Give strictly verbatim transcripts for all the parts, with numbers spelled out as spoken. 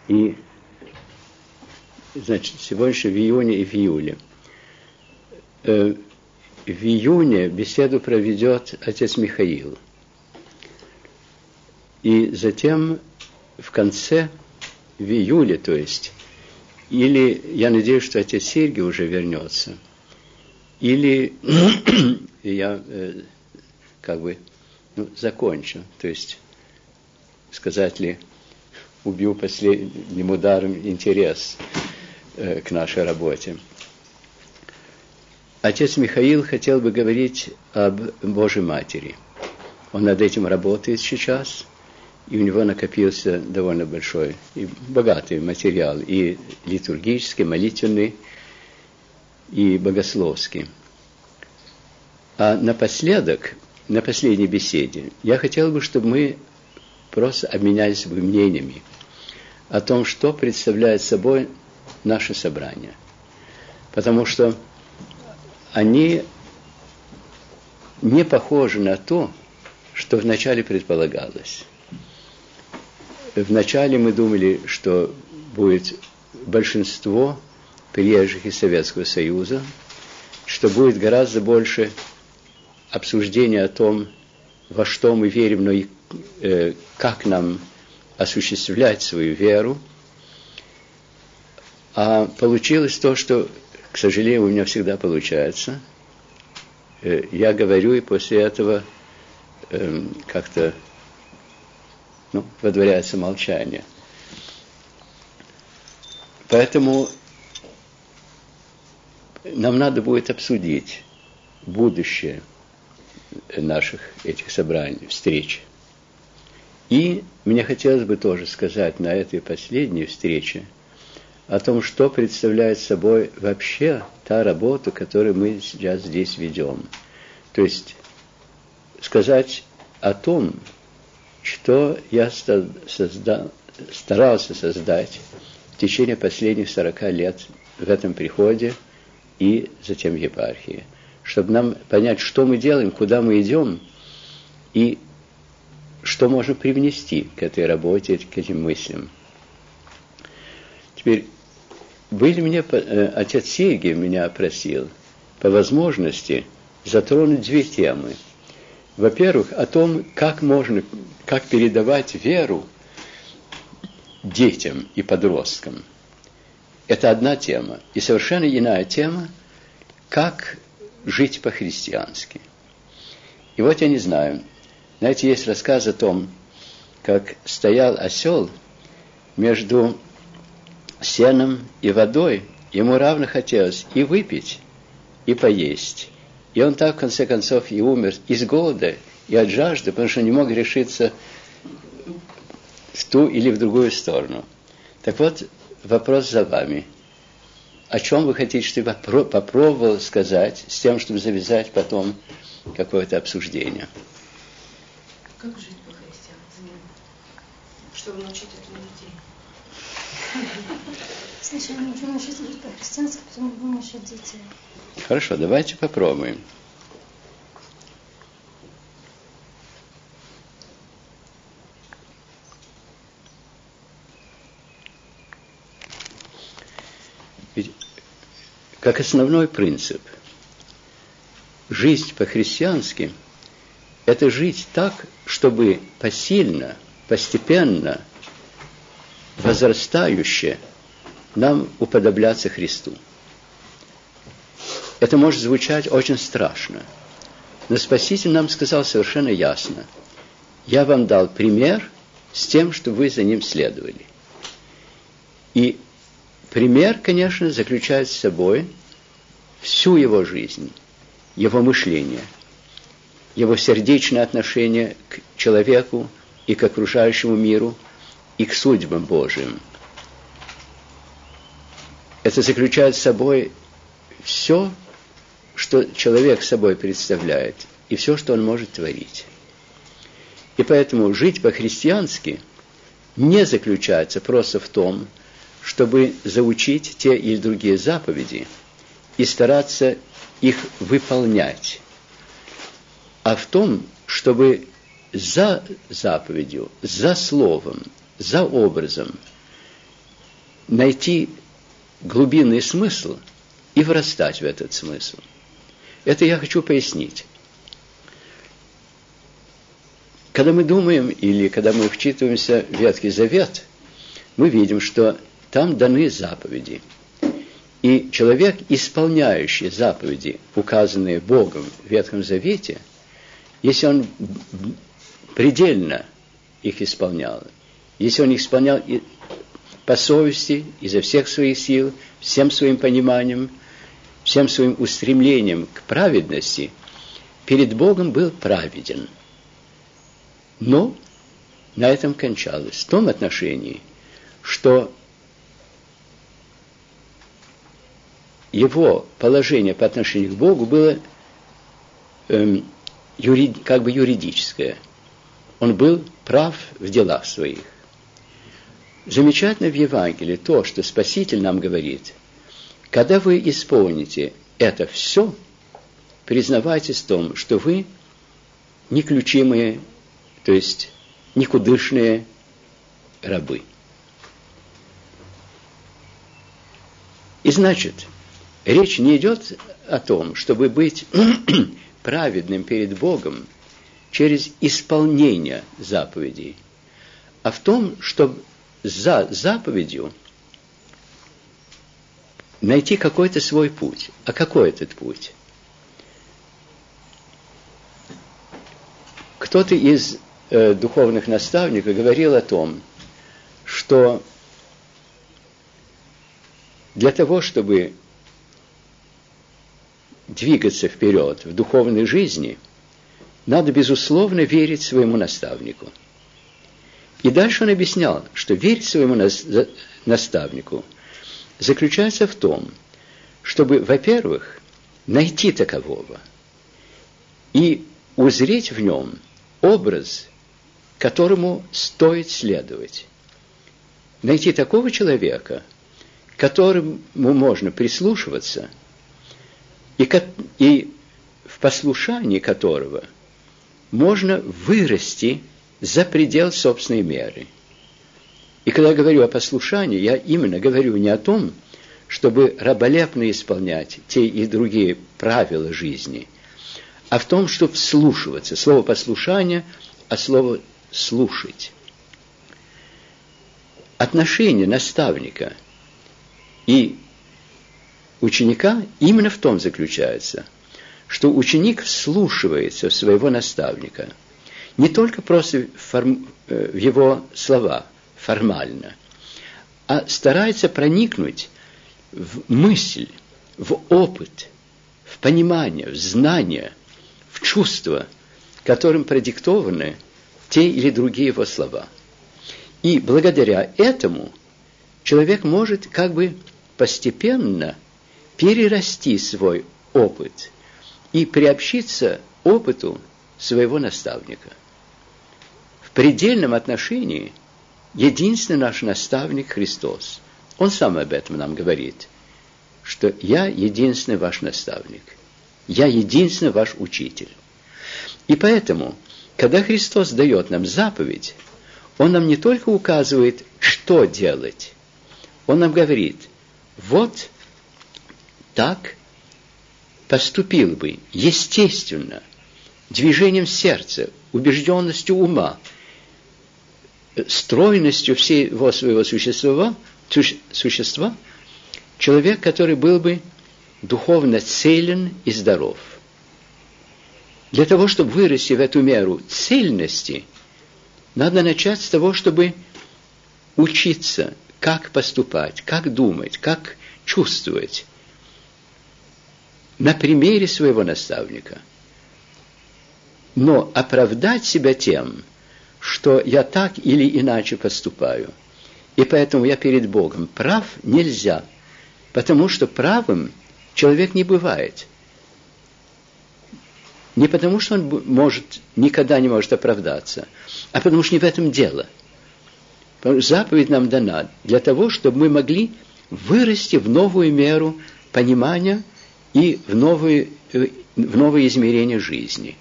И, значит, сегодня в июне и в июле. Э, в июне беседу проведет отец Михаил. И затем в конце, в июле, то есть, или, я надеюсь, что отец Сергий уже вернется, или я э, как бы ну, закончу, то есть, сказать ли, убью последним ударом интерес э, к нашей работе. Отец Михаил хотел бы говорить об Божьей Матери. Он над этим работает сейчас, и у него накопился довольно большой и богатый материал, и литургический, молитвенный, и богословский. А напоследок, на последней беседе, я хотел бы, чтобы мы просто обменялись бы мнениями о том, что представляет собой наше собрание. Потому что они не похожи на то, что вначале предполагалось. Вначале мы думали, что будет большинство приезжих из Советского Союза, что будет гораздо больше обсуждения о том, во что мы верим, но и э, как нам осуществлять свою веру. А получилось то, что, к сожалению, у меня всегда получается. Э, я говорю, и после этого э, как-то ну, водворяется молчание. Поэтому нам надо будет обсудить будущее наших этих собраний, встреч. И мне хотелось бы тоже сказать на этой последней встрече о том, что представляет собой вообще та работа, которую мы сейчас здесь ведем. То есть сказать о том, что я создал, старался создать в течение последних сорока лет в этом приходе и затем в епархии, чтобы нам понять, что мы делаем, куда мы идем и что можно привнести к этой работе, к этим мыслям. Теперь, были мне, отец Сергий меня просил по возможности затронуть две темы. Во-первых, о том, как можно, как передавать веру детям и подросткам. Это одна тема. И совершенно иная тема, как жить по-христиански. И вот я не знаю. Знаете, есть рассказ о том, как стоял осел между сеном и водой. Ему равно хотелось и выпить, и поесть. И он так, в конце концов, и умер и с голода, и от жажды, потому что не мог решиться в ту или в другую сторону. Так вот, вопрос за вами. О чем вы хотите, чтобы я попробовал сказать, с тем, чтобы завязать потом какое-то обсуждение? Как жить по-христиански? Чтобы научить этому детей. Сначала нужно научить жить по-христиански, потом будем научить детей. Хорошо, давайте попробуем. Ведь как основной принцип, жизнь по-христиански – это жить так, чтобы посильно, постепенно, возрастающе нам уподобляться Христу. Это может звучать очень страшно, но Спаситель нам сказал совершенно ясно: я вам дал пример с тем, чтобы вы за ним следовали. И пример, конечно, заключает в собой всю его жизнь, его мышление, его сердечное отношение к человеку и к окружающему миру, и к судьбам Божьим. Это заключает в собой все, что человек собой представляет, и все, что он может творить. И поэтому жить по-христиански не заключается просто в том, чтобы заучить те или другие заповеди и стараться их выполнять, а в том, чтобы за заповедью, за словом, за образом найти глубинный смысл и врастать в этот смысл. Это я хочу пояснить. Когда мы думаем или когда мы вчитываемся в Ветхий Завет, мы видим, что там даны заповеди. И человек, исполняющий заповеди, указанные Богом в Ветхом Завете, если он предельно их исполнял, если он их исполнял по совести, изо всех своих сил, всем своим пониманием, всем своим устремлением к праведности, перед Богом был праведен. Но на этом кончалось. В том отношении, что его положение по отношению к Богу было эм, юрид, как бы юридическое. Он был прав в делах своих. Замечательно в Евангелии то, что Спаситель нам говорит: когда вы исполните это все, признавайтесь в том, что вы неключимые, то есть никудышные рабы. И значит, речь не идет о том, чтобы быть праведным перед Богом через исполнение заповедей, а в том, чтобы за заповедью найти какой-то свой путь. А какой этот путь? Кто-то из э, духовных наставников говорил о том, что для того, чтобы двигаться вперед в духовной жизни, надо, безусловно, верить своему наставнику. И дальше он объяснял, что верить своему наставнику заключается в том, чтобы, во-первых, найти такового и узреть в нем образ, которому стоит следовать. Найти такого человека, к которому можно прислушиваться, и, и в послушании которого можно вырасти за предел собственной меры. И когда я говорю о послушании, я именно говорю не о том, чтобы раболепно исполнять те и другие правила жизни, а в том, чтобы вслушиваться. Слово послушание, а слово слушать. Отношение наставника и ученика именно в том заключается, что ученик вслушивается в своего наставника не только просто форм, в его слова формально, а старается проникнуть в мысль, в опыт, в понимание, в знание, в чувство, которым продиктованы те или другие его слова. И благодаря этому человек может как бы постепенно перерасти свой опыт и приобщиться опыту своего наставника. В предельном отношении единственный наш наставник Христос. Он сам об этом нам говорит, что «Я единственный ваш наставник, я единственный ваш учитель». И поэтому, когда Христос дает нам заповедь, Он нам не только указывает, что делать, Он нам говорит: вот так поступил бы естественно, движением сердца, убежденностью ума, стройностью всего своего существа, существа человек, который был бы духовно целен и здоров. Для того, чтобы вырасти в эту меру цельности, надо начать с того, чтобы учиться, как поступать, как думать, как чувствовать на примере своего наставника. Но оправдать себя тем, что я так или иначе поступаю, и поэтому я перед Богом прав, нельзя, потому что правым человек не бывает. Не потому, что он может, никогда не может оправдаться, а потому что не в этом дело. Заповедь нам дана для того, чтобы мы могли вырасти в новую меру понимания и в новые, в новые измерения жизни.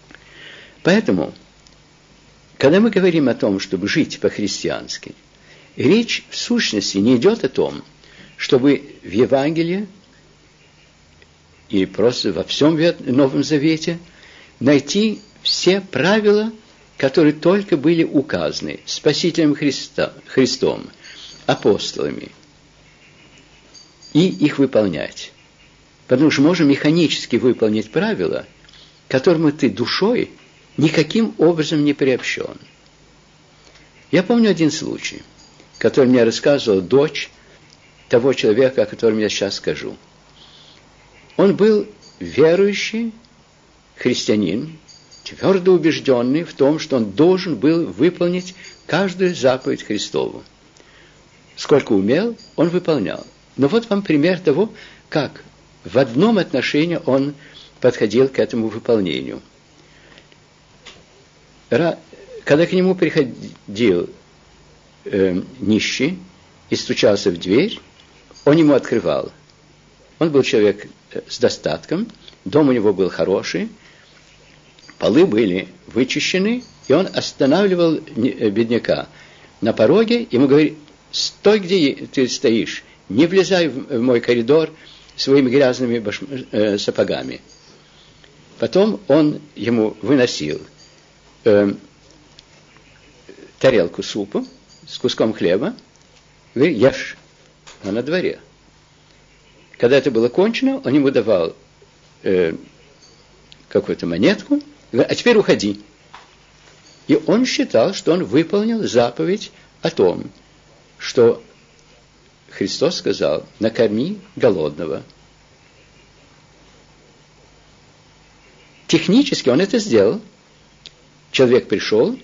Поэтому, когда мы говорим о том, чтобы жить по-христиански, речь в сущности не идет о том, чтобы в Евангелии и просто во всем Новом Завете найти все правила, которые только были указаны Спасителем Христа, Христом, апостолами, и их выполнять. Потому что можно механически выполнить правила, к которому ты душой никаким образом не приобщен. Я помню один случай, который мне рассказывала дочь того человека, о котором я сейчас скажу. Он был верующий христианин, твердо убежденный в том, что он должен был выполнить каждую заповедь Христову. Сколько умел, он выполнял. Но вот вам пример того, как в одном отношении он подходил к этому выполнению. Когда к нему приходил э, нищий и стучался в дверь, он ему открывал. Он был человек с достатком, дом у него был хороший, полы были вычищены, и он останавливал бедняка на пороге, ему говорит: стой, где ты стоишь, не влезай в мой коридор своими грязными баш... э, сапогами. Потом он ему выносил э, тарелку супа с куском хлеба, говорит: ешь, а на дворе. Когда это было кончено, он ему давал э, какую-то монетку, говорит: а теперь уходи. И он считал, что он выполнил заповедь о том, что Христос сказал: накорми голодного. Технически он это сделал. Человек пришел,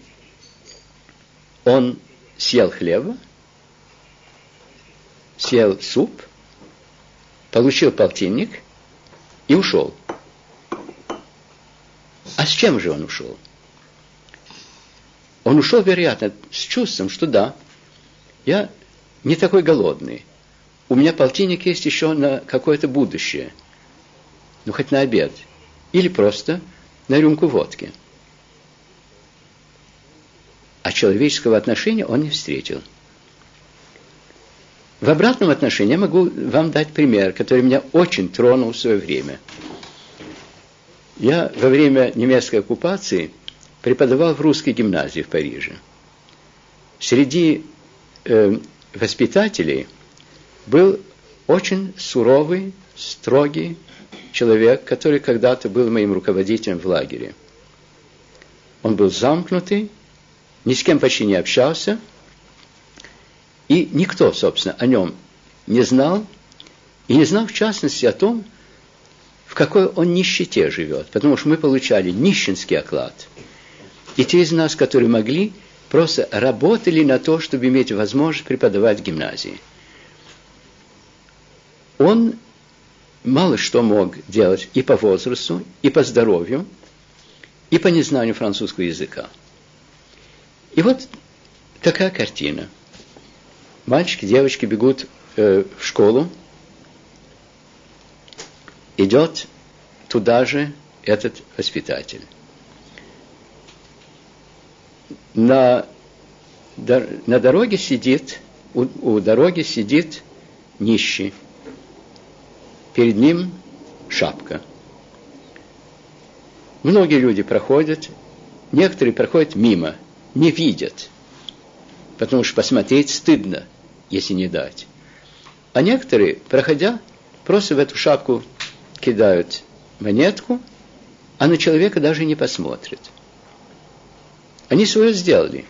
он съел хлеба, съел суп, получил полтинник и ушел. А с чем же он ушел? Он ушел, вероятно, с чувством, что да, я не такой голодный. У меня полтинник есть еще на какое-то будущее. Ну, хоть на обед. Или просто на рюмку водки. А человеческого отношения он не встретил. В обратном отношении я могу вам дать пример, который меня очень тронул в свое время. Я во время немецкой оккупации преподавал в русской гимназии в Париже. Среди э, воспитателей был очень суровый, строгий человек, который когда-то был моим руководителем в лагере. Он был замкнутый, ни с кем почти не общался, и никто, собственно, о нем не знал, и не знал, в частности, о том, в какой он нищете живет, потому что мы получали нищенский оклад. И те из нас, которые могли, просто работали на то, чтобы иметь возможность преподавать в гимназии. Он мало что мог делать и по возрасту, и по здоровью, и по незнанию французского языка. И вот такая картина. Мальчики, девочки бегут э, в школу, идет туда же этот воспитатель. На, на дороге сидит, у, у дороги сидит нищий. Перед ним шапка. Многие люди проходят, некоторые проходят мимо, не видят, потому что посмотреть стыдно, если не дать. А некоторые, проходя, просто в эту шапку кидают монетку, а на человека даже не посмотрят. Они свое сделали.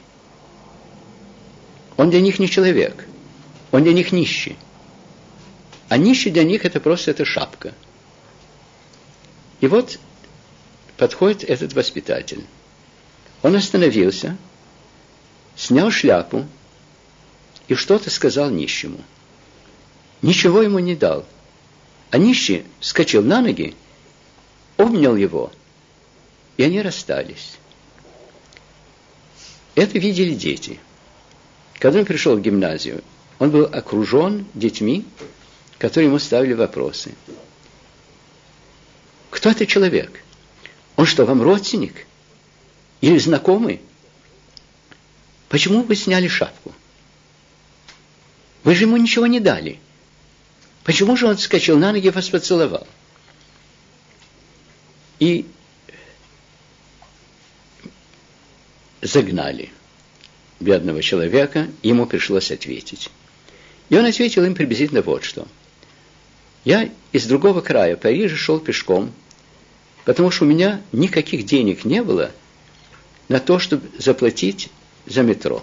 Он для них не человек, он для них нищий. А нищий для них это просто эта шапка. И вот подходит этот воспитатель. Он остановился, снял шляпу и что-то сказал нищему. Ничего ему не дал. А нищий вскочил на ноги, обнял его, и они расстались. Это видели дети. Когда он пришел в гимназию, он был окружен детьми, которые ему ставили вопросы. Кто это человек? Он что, вам родственник? Или знакомый? Почему вы сняли шапку? Вы же ему ничего не дали. Почему же он вскочил на ноги и вас поцеловал? И загнали бедного человека, ему пришлось ответить. И он ответил им приблизительно вот что. Я из другого края Парижа шел пешком, потому что у меня никаких денег не было на то, чтобы заплатить за метро.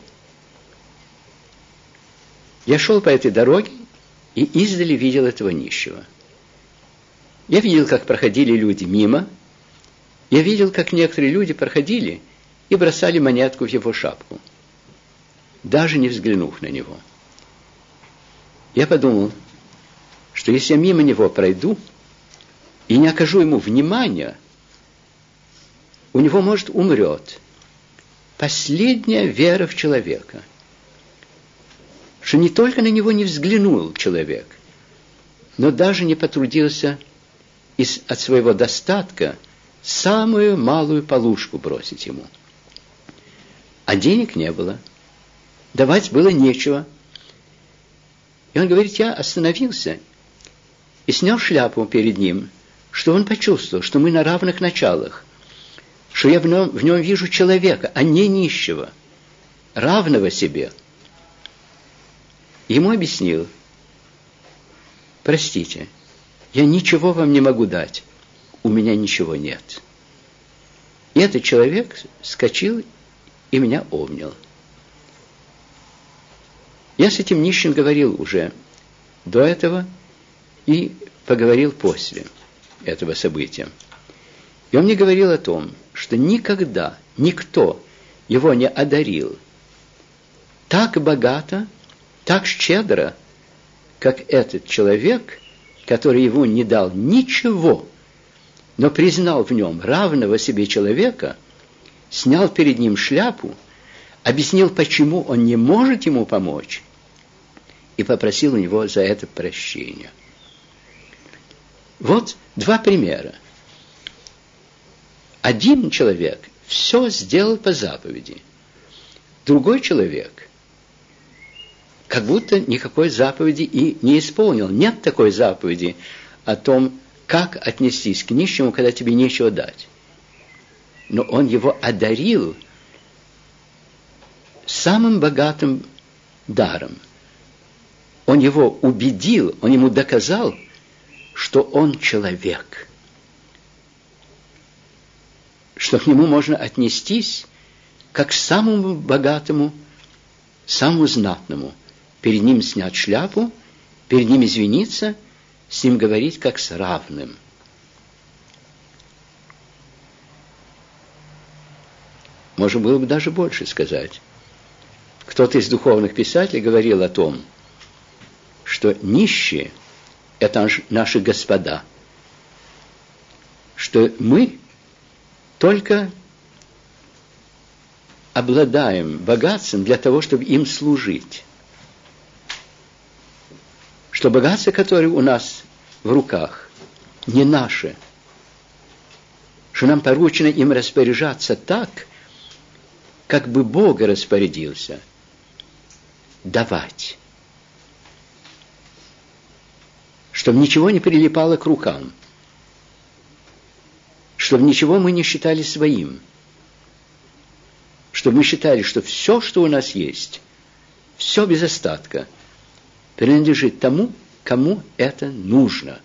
Я шел по этой дороге и издали видел этого нищего. Я видел, как проходили люди мимо. Я видел, как некоторые люди проходили и бросали монетку в его шапку, даже не взглянув на него. Я подумал, что если я мимо него пройду и не окажу ему внимания, у него, может, умрет последняя вера в человека, что не только на него не взглянул человек, но даже не потрудился из, от своего достатка самую малую полушку бросить ему. А денег не было, давать было нечего. И он говорит, я остановился и снял шляпу перед ним, что он почувствовал, что мы на равных началах, что я в нем, в нем вижу человека, а не нищего, равного себе. Ему объяснил, простите, я ничего вам не могу дать, у меня ничего нет. И этот человек вскочил и меня обнял. Я с этим нищим говорил уже до этого и поговорил после этого события. И он мне говорил о том, что никогда никто его не одарил так богато, так щедро, как этот человек, который ему не дал ничего, но признал в нем равного себе человека, снял перед ним шляпу, объяснил, почему он не может ему помочь, и попросил у него за это прощения. Вот два примера. Один человек все сделал по заповеди. Другой человек как будто никакой заповеди и не исполнил. Нет такой заповеди о том, как отнестись к нищему, когда тебе нечего дать. Но он его одарил самым богатым даром. Он его убедил, он ему доказал, что он человек, что к нему можно отнестись как к самому богатому, самому знатному. Перед ним снять шляпу, перед ним извиниться, с ним говорить как с равным. Можно было бы даже больше сказать. Кто-то из духовных писателей говорил о том, что нищие – это наши господа, что мы только обладаем богатством для того, чтобы им служить, что богатство, которое у нас в руках, не наше, что нам поручено им распоряжаться так, как бы Бог распорядился, давать, чтобы ничего не прилипало к рукам, чтобы ничего мы не считали своим, чтобы мы считали, что все, что у нас есть, все без остатка, принадлежит тому, кому это нужно.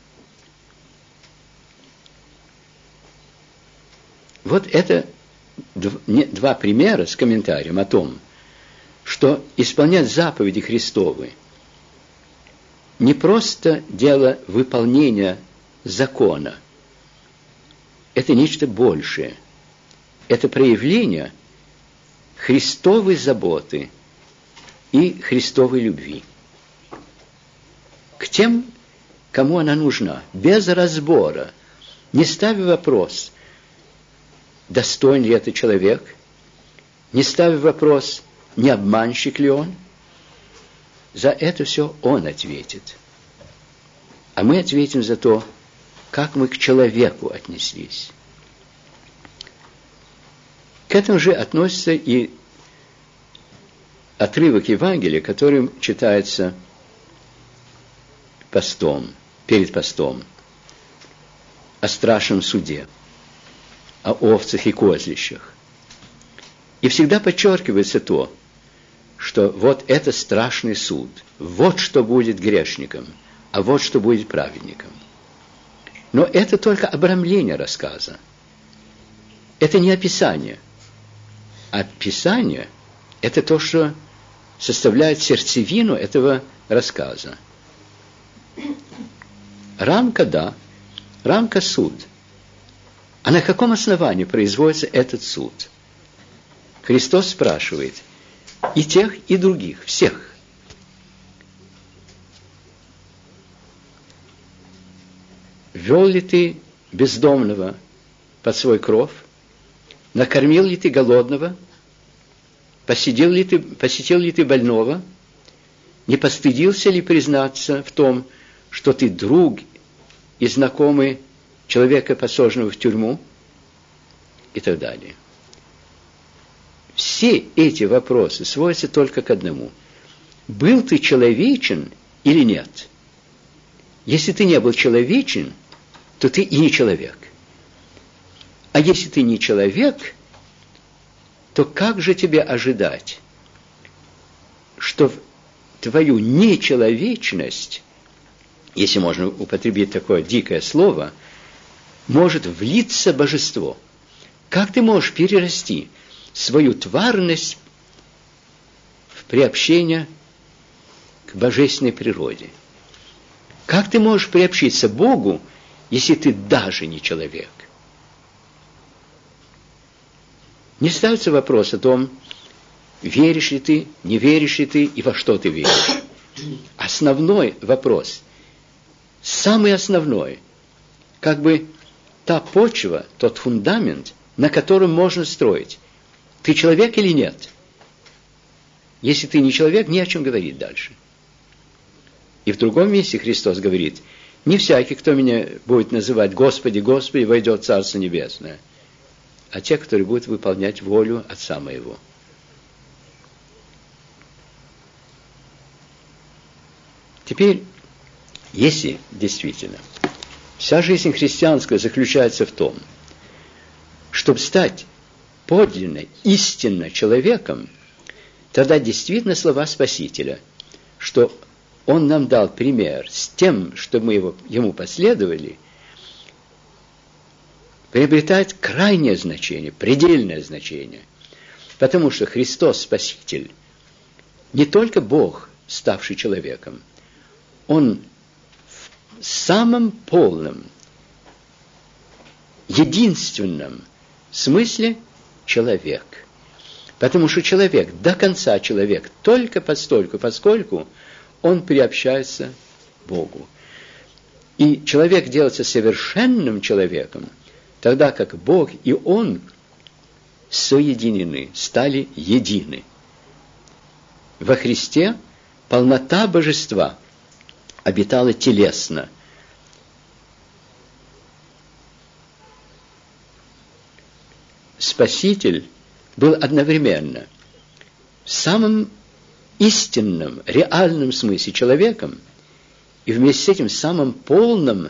Вот это два примера с комментарием о том, что исполнять заповеди Христовы не просто дело выполнения закона, это нечто большее. Это проявление Христовой заботы и Христовой любви к тем, кому она нужна, без разбора, не ставя вопрос, достоин ли этот человек, не ставя вопрос, не обманщик ли он. За это все он ответит. А мы ответим за то, как мы к человеку отнеслись. К этому же относится и отрывок Евангелия, который читается постом, перед постом, о страшном суде, о овцах и козлищах. И всегда подчеркивается то, что вот это страшный суд, вот что будет грешником, а вот что будет праведником. Но это только обрамление рассказа. Это не описание. Описание – это то, что составляет сердцевину этого рассказа. Рамка – да, рамка – суд. А на каком основании производится этот суд? Христос спрашивает и тех, и других, всех. Вел ли ты бездомного под свой кров? Накормил ли ты голодного? Посетил ли ты, посетил ли ты больного? Не постыдился ли признаться в том, что ты друг и знакомый человека, посаженного в тюрьму? И так далее. Все эти вопросы сводятся только к одному. Был ты человечен или нет? Если ты не был человечен, то ты и не человек. А если ты не человек, то как же тебе ожидать, что твою нечеловечность, если можно употребить такое дикое слово, может влиться божество? Как ты можешь перерасти свою тварность в приобщение к божественной природе? Как ты можешь приобщиться Богу, если ты даже не человек? Не ставится вопрос о том, веришь ли ты, не веришь ли ты и во что ты веришь. Основной вопрос, самый основной, как бы та почва, тот фундамент, на котором можно строить. Ты человек или нет? Если ты не человек, не о чем говорить дальше. И в другом месте Христос говорит: не всякий, кто меня будет называть Господи, Господи, войдет в Царство Небесное, а те, которые будут выполнять волю Отца моего. Теперь, если действительно вся жизнь христианская заключается в том, чтобы стать подлинно, истинно человеком, тогда действительно слова Спасителя, что Он нам дал пример с тем, чтобы мы его, Ему последовали, приобретает крайнее значение, предельное значение. Потому что Христос Спаситель не только Бог, ставший человеком, Он в самом полном, единственном смысле человек. Потому что человек, до конца человек, только постольку, поскольку он приобщается к Богу. И человек делается совершенным человеком, тогда как Бог и Он соединены, стали едины. Во Христе полнота божества обитала телесно. Спаситель был одновременно в самом истинном, реальном смысле человеком и вместе с этим в самом полном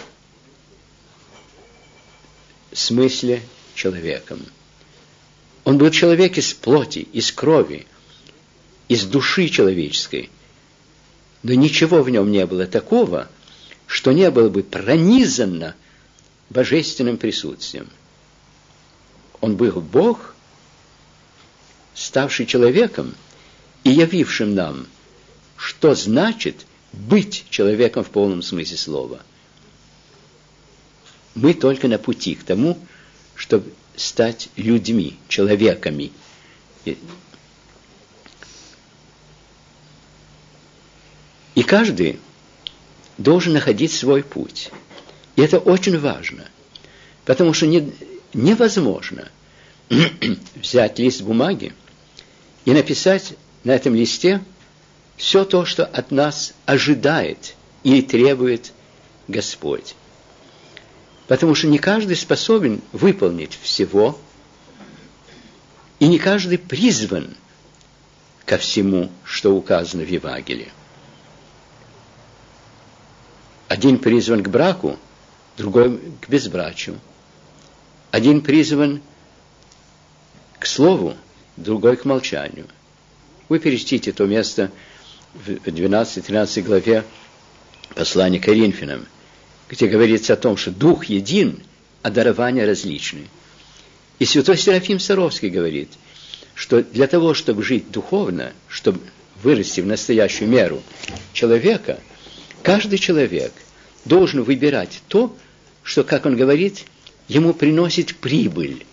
смысле человеком. Он был человек из плоти, из крови, из души человеческой, но ничего в нем не было такого, что не было бы пронизано божественным присутствием. Он был Бог, ставший человеком и явившим нам, что значит быть человеком в полном смысле слова. Мы только на пути к тому, чтобы стать людьми, человеками. И каждый должен находить свой путь. И это очень важно, потому что не, невозможно взять лист бумаги и написать на этом листе все то, что от нас ожидает и требует Господь. Потому что не каждый способен выполнить всего, и не каждый призван ко всему, что указано в Евангелии. Один призван к браку, другой к безбрачию. Один призван к слову, другой к молчанию. Вы перечтите то место в двенадцатой-тринадцатой главе послания к Коринфянам, где говорится о том, что дух един, а дарования различны. И святой Серафим Саровский говорит, что для того, чтобы жить духовно, чтобы вырасти в настоящую меру человека, каждый человек должен выбирать то, что, как он говорит, ему приносит прибыль.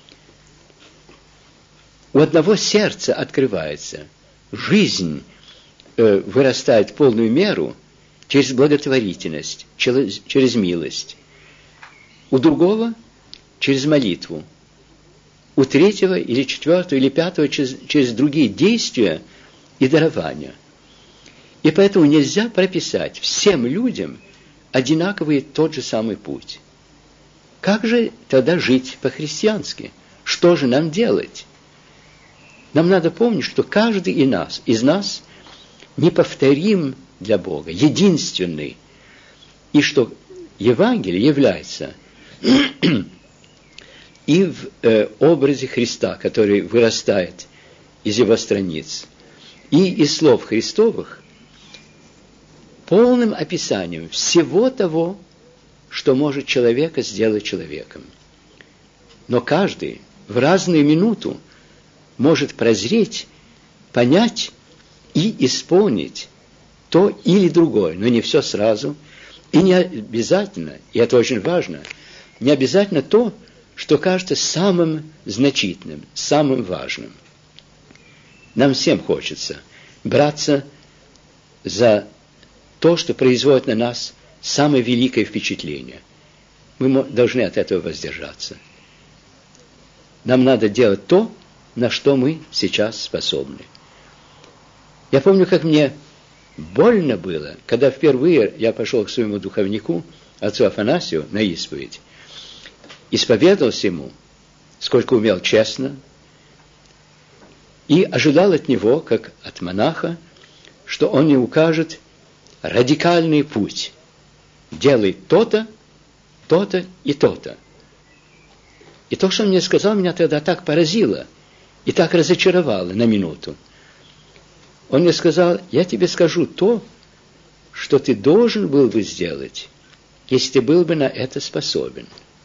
У одного сердца открывается, жизнь э, вырастает в полную меру через благотворительность, через, через милость. У другого через молитву. У третьего или четвертого или пятого через, через другие действия и дарования. И поэтому нельзя прописать всем людям одинаковый тот же самый путь. Как же тогда жить по-христиански? Что же нам делать? Нам надо помнить, что каждый из нас, из нас неповторим для Бога, единственный. И что Евангелие является и в э, образе Христа, который вырастает из его страниц, и из слов Христовых, полным описанием всего того, что может человека сделать человеком. Но каждый в разную минуту может прозреть, понять и исполнить то или другое, но не все сразу, и не обязательно, и это очень важно, не обязательно то, что кажется самым значительным, самым важным. Нам всем хочется браться за то, что производит на нас самое великое впечатление. Мы должны от этого воздержаться. Нам надо делать то, на что мы сейчас способны. Я помню, как мне больно было, когда впервые я пошел к своему духовнику, отцу Афанасию, на исповедь. Исповедовался ему, сколько умел честно, и ожидал от него, как от монаха, что он мне укажет радикальный путь. Делай то-то, то-то и то-то. И то, что он мне сказал, меня тогда так поразило и так разочаровало на минуту. Он мне сказал: я тебе скажу то, что ты должен был бы сделать, если ты был бы на это способен.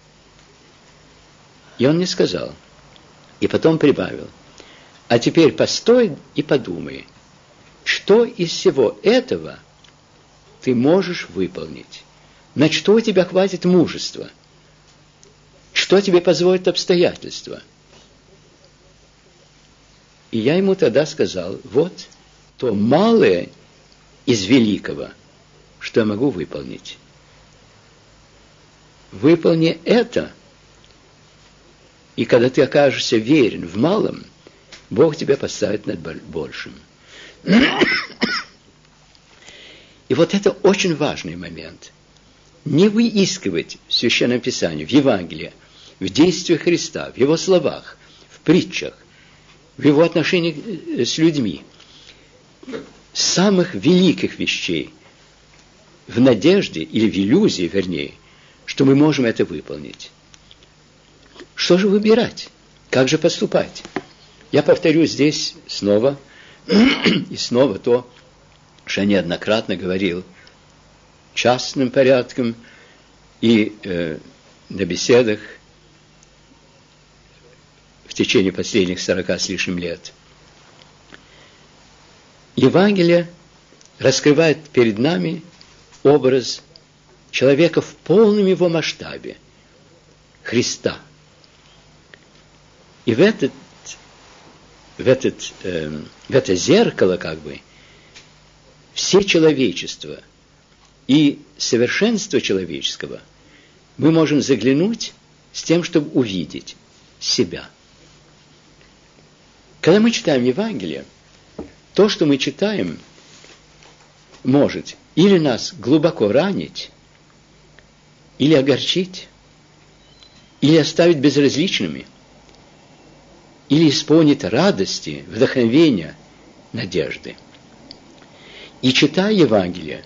И он мне сказал, и потом прибавил: а теперь постой и подумай, что из всего этого ты можешь выполнить, на что у тебя хватит мужества, что тебе позволит обстоятельства. И я ему тогда сказал: вот то малое из великого, что я могу выполнить. Выполни это, и когда ты окажешься верен в малом, Бог тебя поставит над большим. И вот это очень важный момент. Не выискивать в Священном Писании, в Евангелии, в действиях Христа, в Его словах, в притчах, в Его отношениях с людьми самых великих вещей, в надежде или в иллюзии, вернее, что мы можем это выполнить. Что же выбирать? Как же поступать? Я повторю здесь снова и снова то, что я неоднократно говорил частным порядком и э, на беседах в течение последних сорока с лишним лет. Евангелие раскрывает перед нами образ человека в полном его масштабе, Христа. И в, этот, в, этот, э, в это зеркало, как бы, все человечество и совершенство человеческого мы можем заглянуть с тем, чтобы увидеть себя. Когда мы читаем Евангелие, то, что мы читаем, может или нас глубоко ранить, или огорчить, или оставить безразличными, или исполнить радости, вдохновения надежды. И читая Евангелие,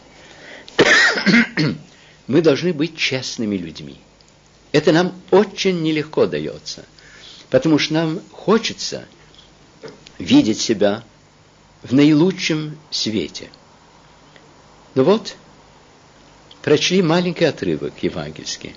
мы должны быть честными людьми. Это нам очень нелегко дается, потому что нам хочется видеть себя в наилучшем свете. Ну вот, прочли маленький отрывок евангельский.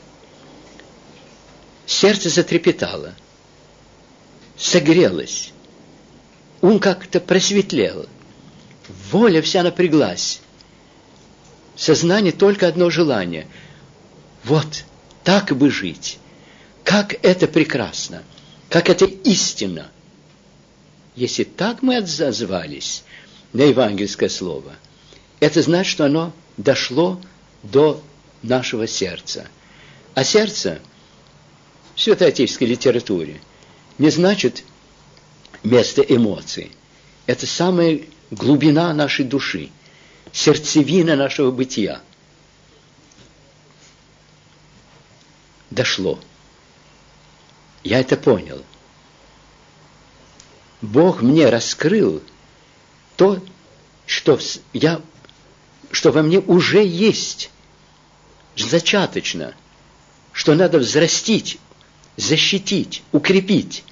Сердце затрепетало, согрелось, ум как-то просветлел, воля вся напряглась, сознание только одно желание. Вот так бы жить, как это прекрасно, как это истинно. Если так мы отозвались на евангельское слово, это значит, что оно дошло до нашего сердца. А сердце в святоотеческой литературе не значит место эмоций. Это самая глубина нашей души, сердцевина нашего бытия. Дошло. Я это понял. Бог мне раскрыл то, что, я, что во мне уже есть, зачаточно, что надо взрастить, защитить, укрепить.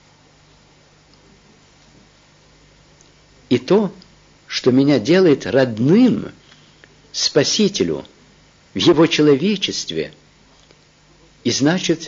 И то, что меня делает родным Спасителю в Его человечестве, и значит,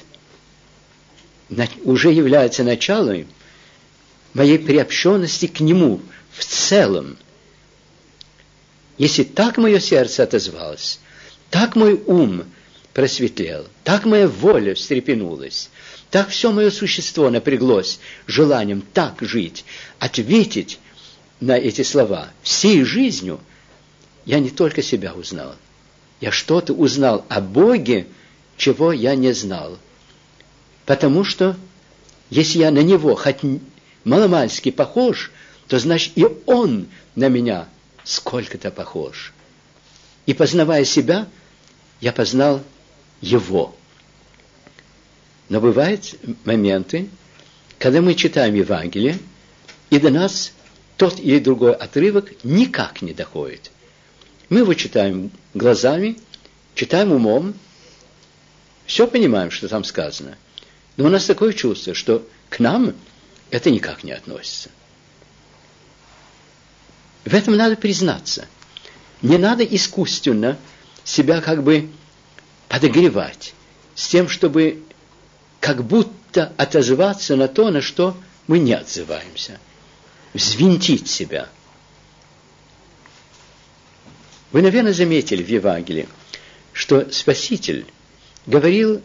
уже является началом моей приобщенности к Нему в целом. Если так мое сердце отозвалось, так мой ум просветлел, так моя воля встрепенулась, так все мое существо напряглось желанием так жить, ответить на эти слова всей жизнью, я не только себя узнал, я что-то узнал о Боге, чего я не знал. Потому что, если я на Него хоть маломальски похож, то значит и Он на меня сколько-то похож. И познавая себя, я познал Его. Но бывают моменты, когда мы читаем Евангелие, и до нас тот или другой отрывок никак не доходит. Мы его читаем глазами, читаем умом, все понимаем, что там сказано. Но у нас такое чувство, что к нам это никак не относится. В этом надо признаться. Не надо искусственно себя как бы подогревать с тем, чтобы как будто отозваться на то, на что мы не отзываемся. Взвинтить себя. Вы, наверное, заметили в Евангелии, что Спаситель говорил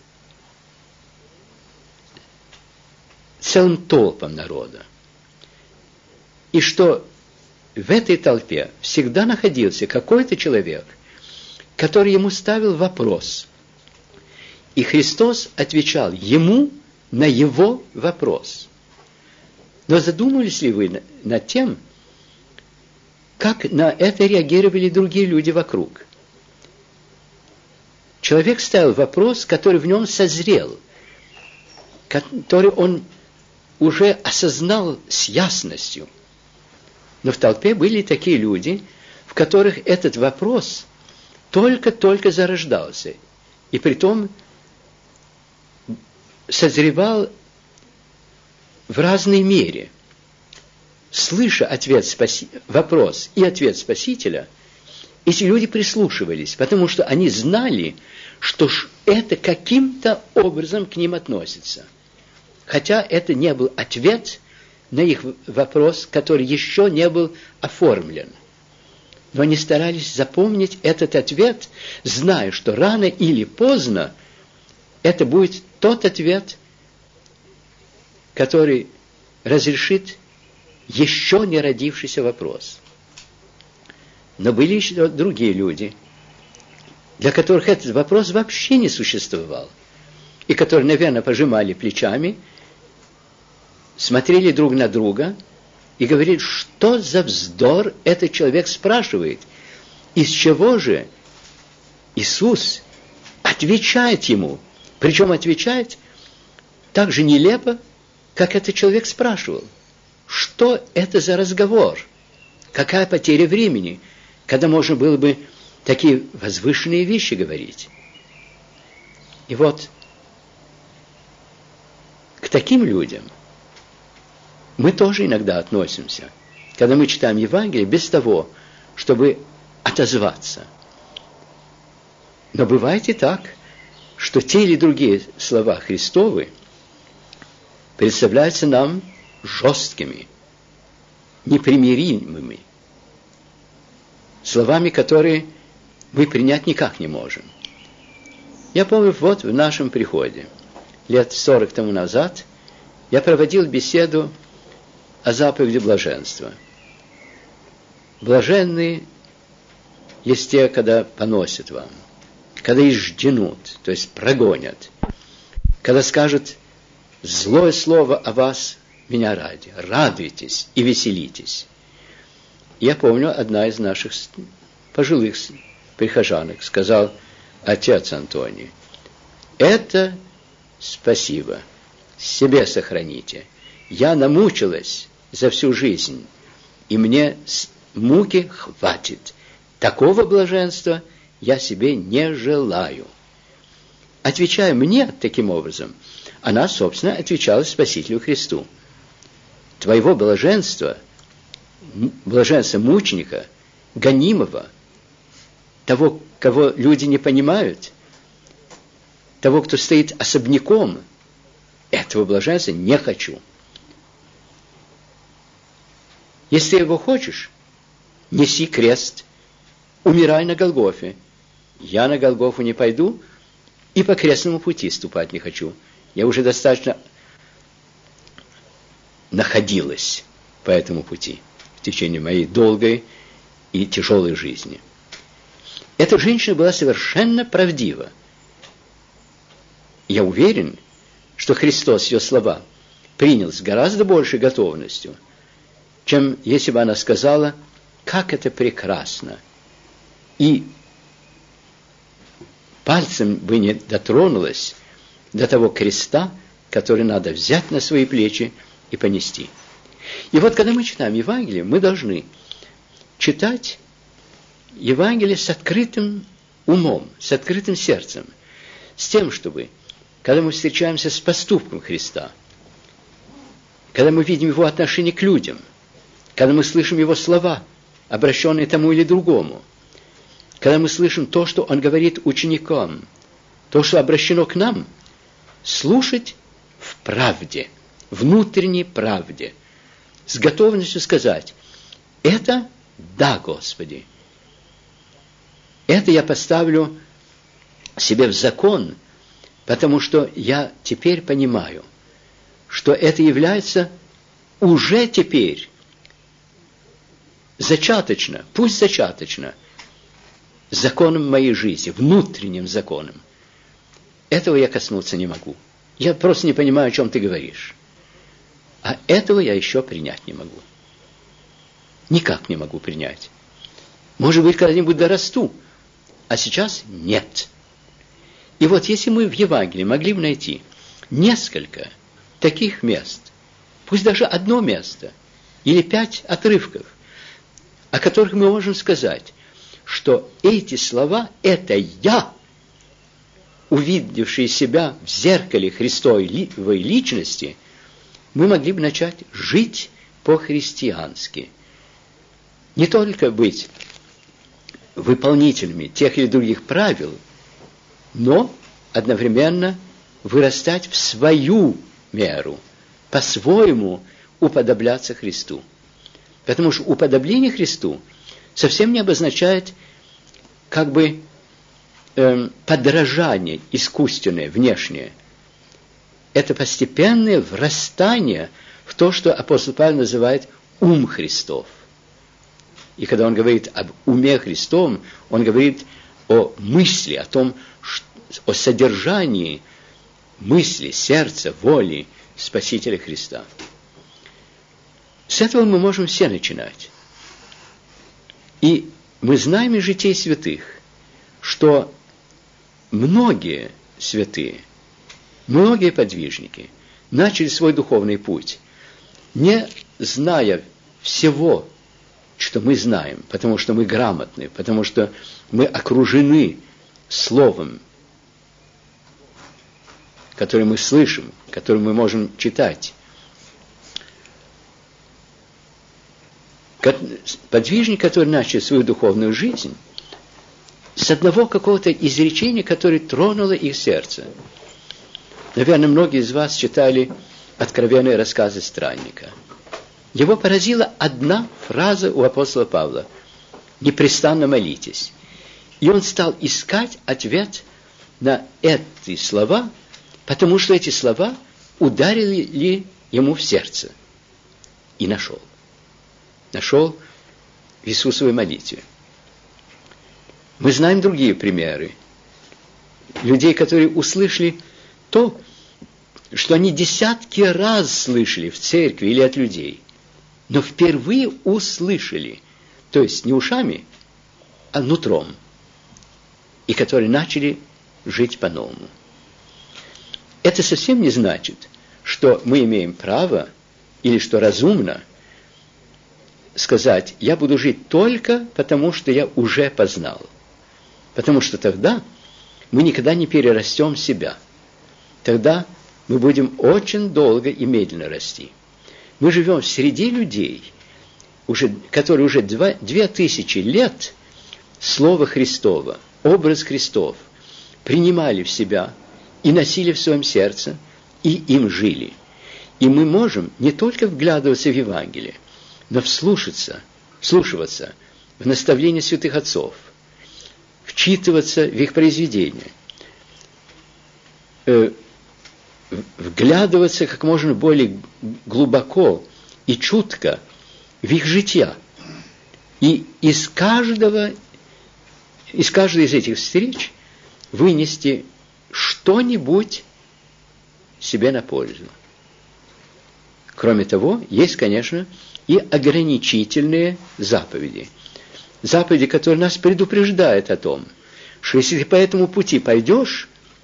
целым толпам народа. И что в этой толпе всегда находился какой-то человек, который ему ставил вопрос. И Христос отвечал ему на его вопрос. Но задумывались ли вы над тем, как на это реагировали другие люди вокруг? Человек ставил вопрос, который в нем созрел, который он уже осознал с ясностью. Но в толпе были такие люди, в которых этот вопрос только-только зарождался, и притом созревал в разной мере. Слыша ответ спаси... вопрос и ответ Спасителя, эти люди прислушивались, потому что они знали, что это каким-то образом к ним относится. Хотя это не был ответ на их вопрос, который еще не был оформлен. Но они старались запомнить этот ответ, зная, что рано или поздно это будет тот ответ, который разрешит еще не родившийся вопрос. Но были еще другие люди, для которых этот вопрос вообще не существовал, и которые, наверное, пожимали плечами, смотрели друг на друга и говорили, что за вздор этот человек спрашивает, из чего же Иисус отвечает ему, причем отвечает так же нелепо, как этот человек спрашивал. что это за разговор? Какая потеря времени, когда можно было бы такие возвышенные вещи говорить? И вот к таким людям мы тоже иногда относимся, когда мы читаем Евангелие без того, чтобы отозваться. Но бывает и так, что те или другие слова Христовы представляются нам жесткими, непримиримыми, словами, которые мы принять никак не можем. Я помню, вот в нашем приходе, лет сорок тому назад, я проводил беседу о заповеди блаженства. Блаженные есть те, когда поносят вам, когда изжденут, то есть прогонят, когда скажут злое слово о вас меня ради, радуйтесь и веселитесь. Я помню, одна из наших пожилых прихожанок сказал: отец Антоний, это спасибо, себе сохраните. Я намучилась за всю жизнь, и мне муки хватит. Такого блаженства я себе не желаю. Отвечая мне таким образом, она, собственно, отвечала Спасителю Христу. Твоего блаженства, блаженства мученика, гонимого, того, кого люди не понимают, того, кто стоит особняком, этого блаженства не хочу. Если ты его хочешь, неси крест, умирай на Голгофе. Я на Голгофу не пойду и по крестному пути ступать не хочу. Я уже достаточно находилась по этому пути в течение моей долгой и тяжелой жизни. Эта женщина была совершенно правдива. Я уверен, что Христос ее слова принял с гораздо большей готовностью, чем если бы она сказала: как это прекрасно, и пальцем бы не дотронулась до того креста, который надо взять на свои плечи и понести. И вот, когда мы читаем Евангелие, мы должны читать Евангелие с открытым умом, с открытым сердцем, с тем, чтобы, когда мы встречаемся с поступком Христа, когда мы видим Его отношение к людям, когда мы слышим Его слова, обращенные тому или другому, когда мы слышим то, что Он говорит ученикам, то, что обращено к нам, слушать в правде, внутренней правде, с готовностью сказать: это да, Господи, это я поставлю себе в закон, потому что я теперь понимаю, что это является уже теперь зачаточно, пусть зачаточно, законом моей жизни, внутренним законом. Этого я коснуться не могу. Я просто не понимаю, о чем ты говоришь. А этого я еще принять не могу. Никак не могу принять. Может быть, когда-нибудь дорасту, а сейчас нет. И вот если мы в Евангелии могли бы найти несколько таких мест, пусть даже одно место, или пять отрывков, о которых мы можем сказать, что эти слова – это я, увидевший себя в зеркале Христовой личности, мы могли бы начать жить по-христиански. Не только быть выполнителями тех или других правил, но одновременно вырастать в свою меру, по-своему уподобляться Христу. Потому что уподобление Христу совсем не обозначает как бы э, подражание искусственное, внешнее. Это постепенное врастание в то, что апостол Павел называет ум Христов. И когда он говорит об уме Христовом, он говорит о мысли, о том, о содержании мысли, сердца, воли Спасителя Христа. С этого мы можем все начинать. И мы знаем из житий святых, что многие святые, многие подвижники начали свой духовный путь не зная всего, что мы знаем, потому что мы грамотны, потому что мы окружены словом, которое мы слышим, которое мы можем читать. Подвижник, который начал свою духовную жизнь, с одного какого-то изречения, которое тронуло их сердце. Наверное, многие из вас читали откровенные рассказы странника. Его поразила одна фраза у апостола Павла: «Непрестанно молитесь». И он стал искать ответ на эти слова, потому что эти слова ударили ему в сердце. И нашел. Нашел в Иисусовой молитве. Мы знаем другие примеры. Людей, которые услышали то, что они десятки раз слышали в церкви или от людей, но впервые услышали, то есть не ушами, а нутром, и которые начали жить по-новому. Это совсем не значит, что мы имеем право или что разумно сказать: я буду жить только потому, что я уже познал. Потому что тогда мы никогда не перерастем себя. Тогда мы будем очень долго и медленно расти. Мы живем среди людей, уже, которые уже два, две тысячи лет Слово Христово, образ Христов принимали в себя и носили в своем сердце, и им жили. И мы можем не только вглядываться в Евангелие, но вслушаться, вслушиваться в наставления святых отцов, вчитываться в их произведения, э, вглядываться как можно более глубоко и чутко в их жития. И из каждого, из каждой из этих встреч вынести что-нибудь себе на пользу. Кроме того, есть, конечно, и ограничительные заповеди. Заповеди, которые нас предупреждают о том, что если ты по этому пути пойдешь,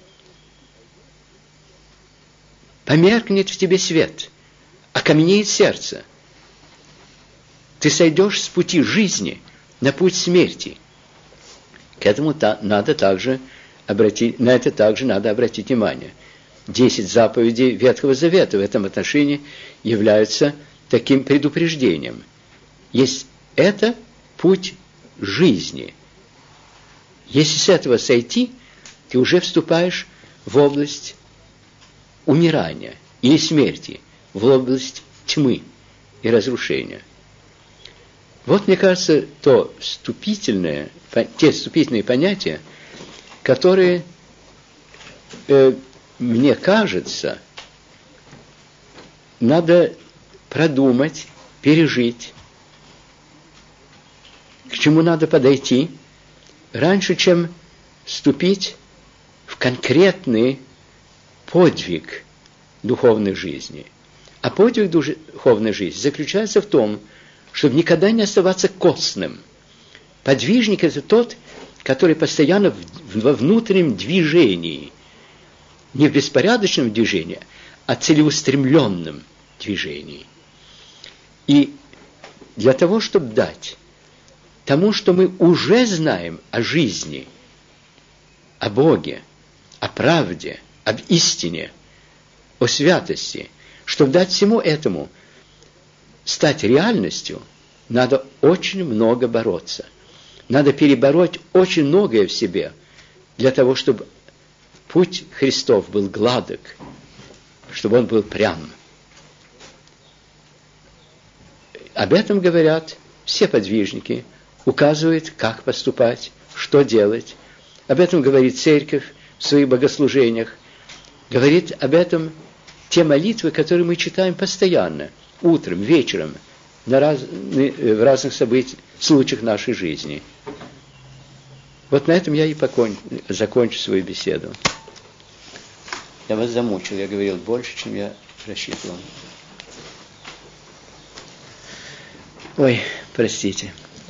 померкнет в тебе свет, окаменеет сердце. Ты сойдешь с пути жизни на путь смерти. К этому та, надо также обратить, на это также надо обратить внимание. Десять заповедей Ветхого Завета в этом отношении являются таким предупреждением. Есть это путь жизни. Если с этого сойти, ты уже вступаешь в область умирания или смерти, в область тьмы и разрушения. Вот, мне кажется, то вступительное, те вступительные понятия, которые, э, мне кажется, надо продумать, пережить, к чему надо подойти, раньше, чем вступить в конкретный подвиг духовной жизни. А подвиг духовной жизни заключается в том, чтобы никогда не оставаться костным. Подвижник – это тот, который постоянно во внутреннем движении, не в беспорядочном движении, а целеустремленном движении. И для того, чтобы дать тому, что мы уже знаем о жизни, о Боге, о правде, об истине, о святости, чтобы дать всему этому стать реальностью, надо очень много бороться. Надо перебороть очень многое в себе для того, чтобы путь Христов был гладок, чтобы он был прям. Об этом говорят все подвижники, указывают, как поступать, что делать. Об этом говорит церковь в своих богослужениях. Говорит об этом те молитвы, которые мы читаем постоянно, утром, вечером, на раз, в разных событиях, случаях нашей жизни. Вот на этом я и покон... закончу свою беседу. Я вас замучил, я говорил больше, чем я рассчитывал. Ой, простите.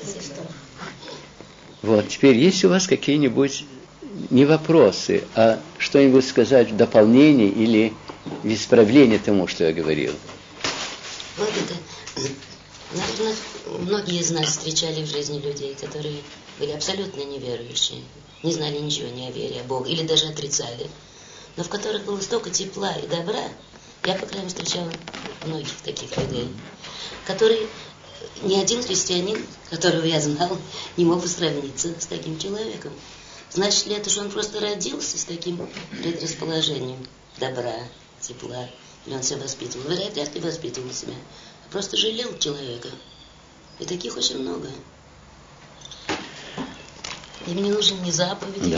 Вот, теперь есть у вас какие-нибудь не вопросы, а что-нибудь сказать в дополнение или в исправление тому, что я говорил? Вот это Наверное, многие из нас встречали в жизни людей, которые были абсолютно неверующие, не знали ничего ни о вере, о Боге, или даже отрицали, но в которых было столько тепла и добра. Я, по крайней мере, встречала многих таких людей, которые ни один христианин, которого я знал, не мог бы сравниться с таким человеком. Значит ли это, что он просто родился с таким предрасположением добра, тепла, или он себя воспитывал? Вероятно, вряд ли воспитывал себя, а просто жалел человека. И таких очень много. Им не нужен ни заповеди.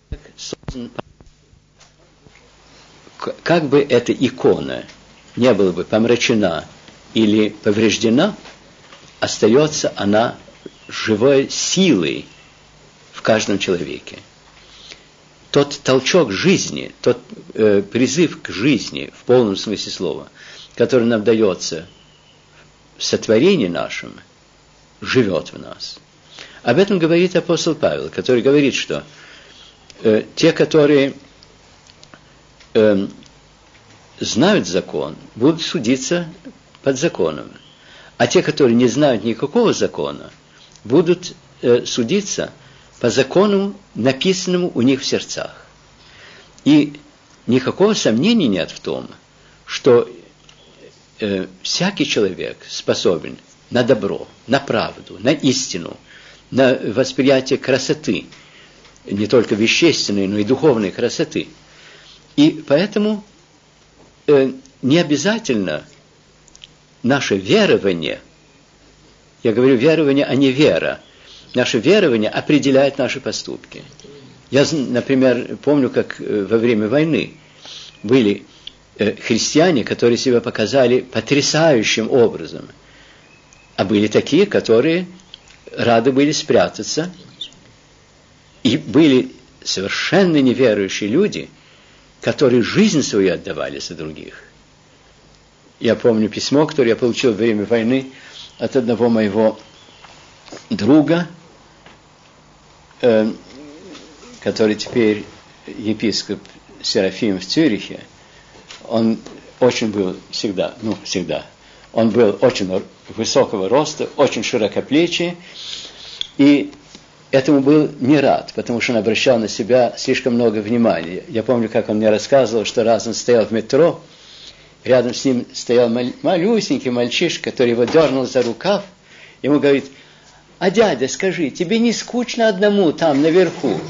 Как бы эта икона не была бы помрачена или повреждена, остается она живой силой в каждом человеке. Тот толчок жизни, тот э, призыв к жизни в полном смысле слова, который нам дается в сотворении нашем, живет в нас. Об этом говорит апостол Павел, который говорит, что э, те, которые э, знают закон, будут судиться под законом, а те, которые не знают никакого закона, будут э, судиться по закону, написанному у них в сердцах. И никакого сомнения нет в том, что э, всякий человек способен на добро, на правду, на истину, на восприятие красоты, не только вещественной, но и духовной красоты. И поэтому э, не обязательно наше верование, я говорю верование, а не вера, наше верование определяет наши поступки. Я, например, помню, как во время войны были э, христиане, которые себя показали потрясающим образом, а были такие, которые рады были спрятаться, и были совершенно неверующие люди, которые жизнь свою отдавали за других. Я помню письмо, которое я получил во время войны от одного моего друга, э, который теперь епископ Серафим в Цюрихе. Он очень был всегда, ну, всегда, он был очень высокого роста, очень широкоплечий, и этому был не рад, потому что он обращал на себя слишком много внимания. Я помню, как он мне рассказывал, что раз он стоял в метро, рядом с ним стоял малюсенький мальчишка, который его дернул за рукав, ему говорит: а дядя, скажи, тебе не скучно одному там наверху?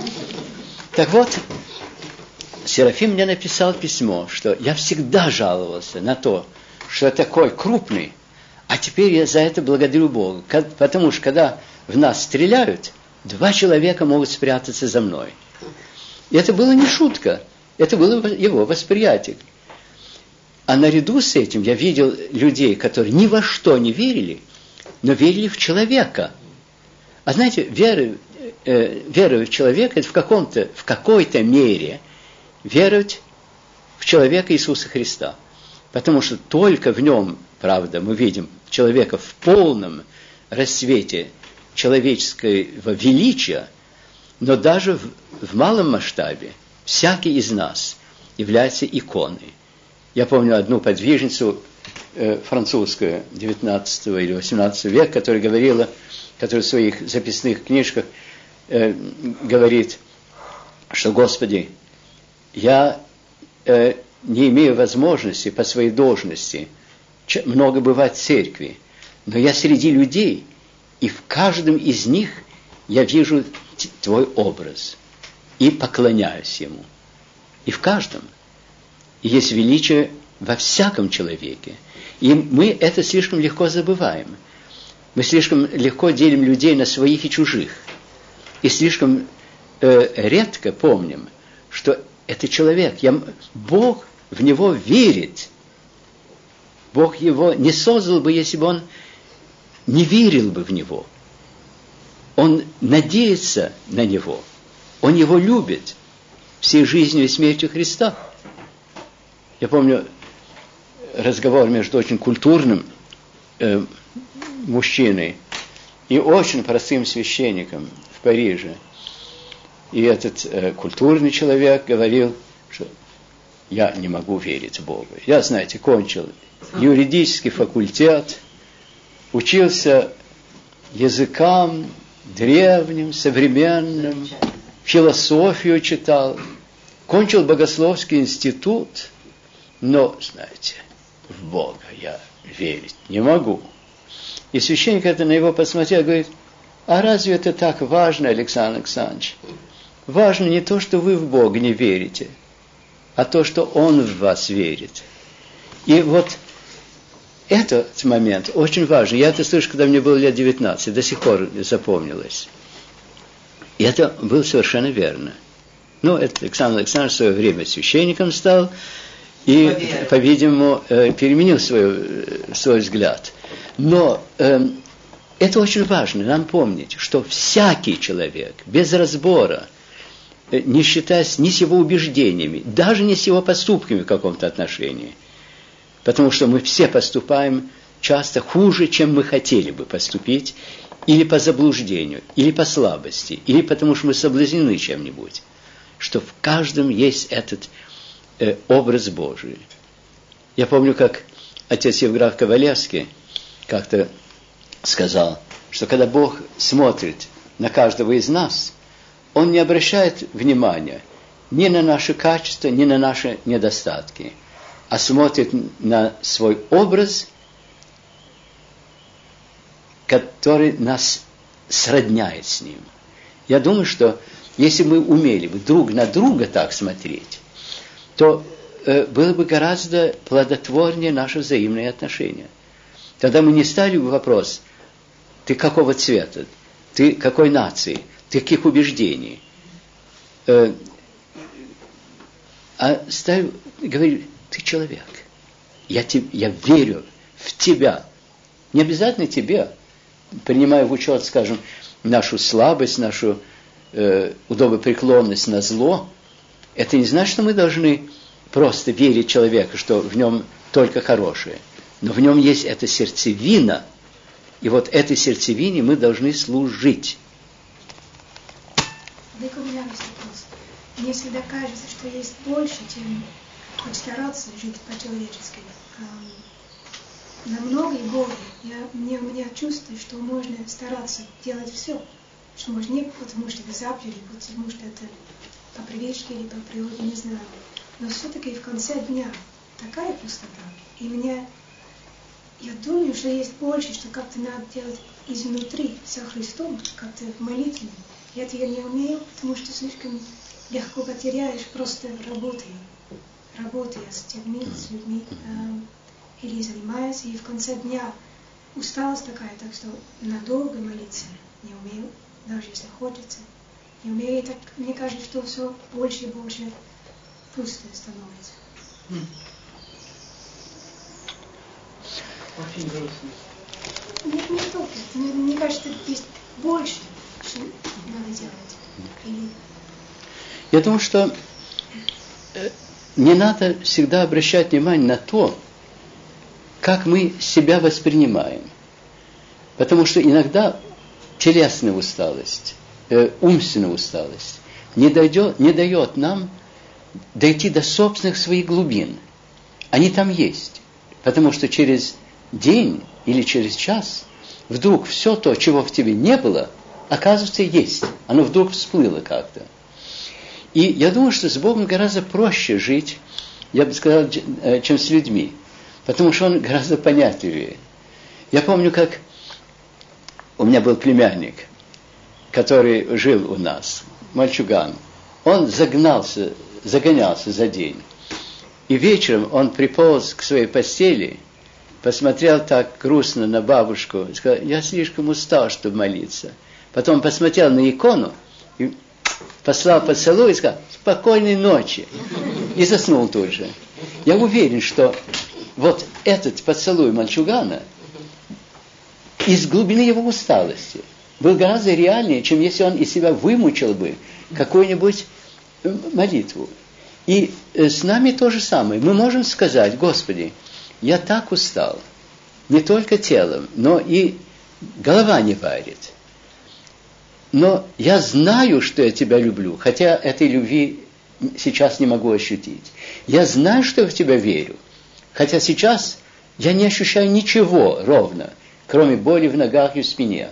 Так вот, Серафим мне написал письмо, что я всегда жаловался на то, что я такой крупный, а теперь я за это благодарю Бога, потому что когда в нас стреляют, два человека могут спрятаться за мной. И это было не шутка, это было его восприятие. А наряду с этим я видел людей, которые ни во что не верили, но верили в человека. А знаете, вера, э, вера в человека – это в, каком-то, в какой-то мере веровать в человека Иисуса Христа. Потому что только в нем, правда, мы видим человека в полном расцвете человеческого величия, но даже в, в малом масштабе всякий из нас является иконой. Я помню одну подвижницу э, французскую девятнадцатого или восемнадцатого века, которая говорила, которая в своих записных книжках э, говорит, что, Господи, я э, не имею возможности по своей должности много бывать в церкви, но я среди людей, и в каждом из них я вижу Твой образ и поклоняюсь Ему. И в каждом. И есть величие во всяком человеке. И мы это слишком легко забываем. Мы слишком легко делим людей на своих и чужих. И слишком э, редко помним, что это человек. Я, Бог в него верит. Бог его не создал бы, если бы он не верил бы в него. Он надеется на него. Он его любит всей жизнью и смертью Христа. Я помню разговор между очень культурным э, мужчиной и очень простым священником в Париже. И этот э, культурный человек говорил, что я не могу верить в Бога. Я, знаете, кончил юридический факультет, учился языкам древним, современным, философию читал, кончил богословский институт, но, знаете, в Бога я верить не могу. И священник это на него посмотрел и говорит: а разве это так важно, Александр Александрович? Важно не то, что вы в Бога не верите, а то, что Он в вас верит. И вот этот момент очень важен. Я это слышу, когда мне было лет девятнадцать, до сих пор запомнилось. И это было совершенно верно. Ну, это Александр Александрович в свое время священником стал и, по-видимому, переменил свой, свой взгляд. Но э, это очень важно, нам помнить, что всякий человек, без разбора, не считаясь ни с его убеждениями, даже не с его поступками в каком-то отношении, потому что мы все поступаем часто хуже, чем мы хотели бы поступить, или по заблуждению, или по слабости, или потому что мы соблазнены чем-нибудь, что в каждом есть этот э, образ Божий. Я помню, как отец Евграф Ковалевский как-то сказал, что когда Бог смотрит на каждого из нас, Он не обращает внимания ни на наши качества, ни на наши недостатки, а смотрит на свой образ, который нас сродняет с Ним. Я думаю, что если мы умели бы друг на друга так смотреть, то э, было бы гораздо плодотворнее наши взаимные отношения. Тогда мы не ставили бы вопрос: ты какого цвета, ты какой нации, ты каких убеждений. Э, а ставили, говорили: ты человек, я, te, я верю в тебя. Не обязательно тебе, принимая в учет, скажем, нашу слабость, нашу э, удобопреклонность на зло, это не значит, что мы должны просто верить человеку, что в нем только хорошее. Но в нем есть эта сердцевина, и вот этой сердцевине мы должны служить. Мне всегда кажется, что есть больше, чем хоть стараться жить по-человечески. Намного и более. Я, мне, у меня чувствую, что можно стараться делать все, что можно не потому, что это заповеди, потому что это по привычке или по природе, не знаю. Но все-таки в конце дня такая пустота. И меня, я думаю, что есть больше, что как-то надо делать изнутри со Христом, как-то в молитве. Я это я не умею, потому что слишком легко потеряешь, просто работая. Работая с людьми, с людьми. Или занимаюсь, и в конце дня усталость такая, так что надолго молиться не умею, даже если хочется. Не умею, и так мне кажется, что все больше и больше пусто становится. Очень грустно. Нет, не только. Мне, мне кажется, есть больше, что надо делать. Или... Я думаю, что не надо всегда обращать внимание на то, как мы себя воспринимаем. Потому что иногда телесная усталость, э, умственная усталость не, дойдет, не дает нам дойти до собственных своих глубин. Они там есть. Потому что через день или через час вдруг все то, чего в тебе не было, оказывается, есть. Оно вдруг всплыло как-то. И я думаю, что с Богом гораздо проще жить, я бы сказал, чем с людьми. Потому что он гораздо понятливее. Я помню, как у меня был племянник, который жил у нас, мальчуган. Он загнался, загонялся за день. И вечером он приполз к своей постели, посмотрел так грустно на бабушку и сказал: я слишком устал, чтобы молиться. Потом посмотрел на икону и послал поцелуй и сказал: спокойной ночи. И заснул тут же. Я уверен, что вот этот поцелуй мальчугана из глубины его усталости был гораздо реальнее, чем если он из себя вымучил бы какую-нибудь молитву. И с нами то же самое. Мы можем сказать: Господи, я так устал, не только телом, но и голова не варит. Но я знаю, что я тебя люблю, хотя этой любви сейчас не могу ощутить. Я знаю, что я в тебя верю. Хотя сейчас я не ощущаю ничего ровно, кроме боли в ногах и в спине.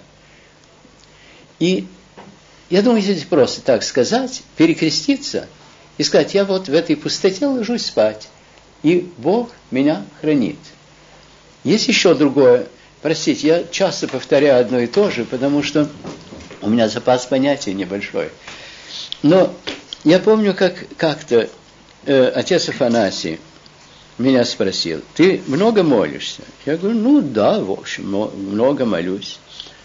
И я думаю, если просто так сказать, перекреститься и сказать, я вот в этой пустоте ложусь спать, и Бог меня хранит. Есть еще другое. Простите, я часто повторяю одно и то же, потому что у меня запас понятий небольшой. Но я помню, как как-то э, отец Афанасий меня спросил, ты много молишься? Я говорю, ну да, в общем, много молюсь.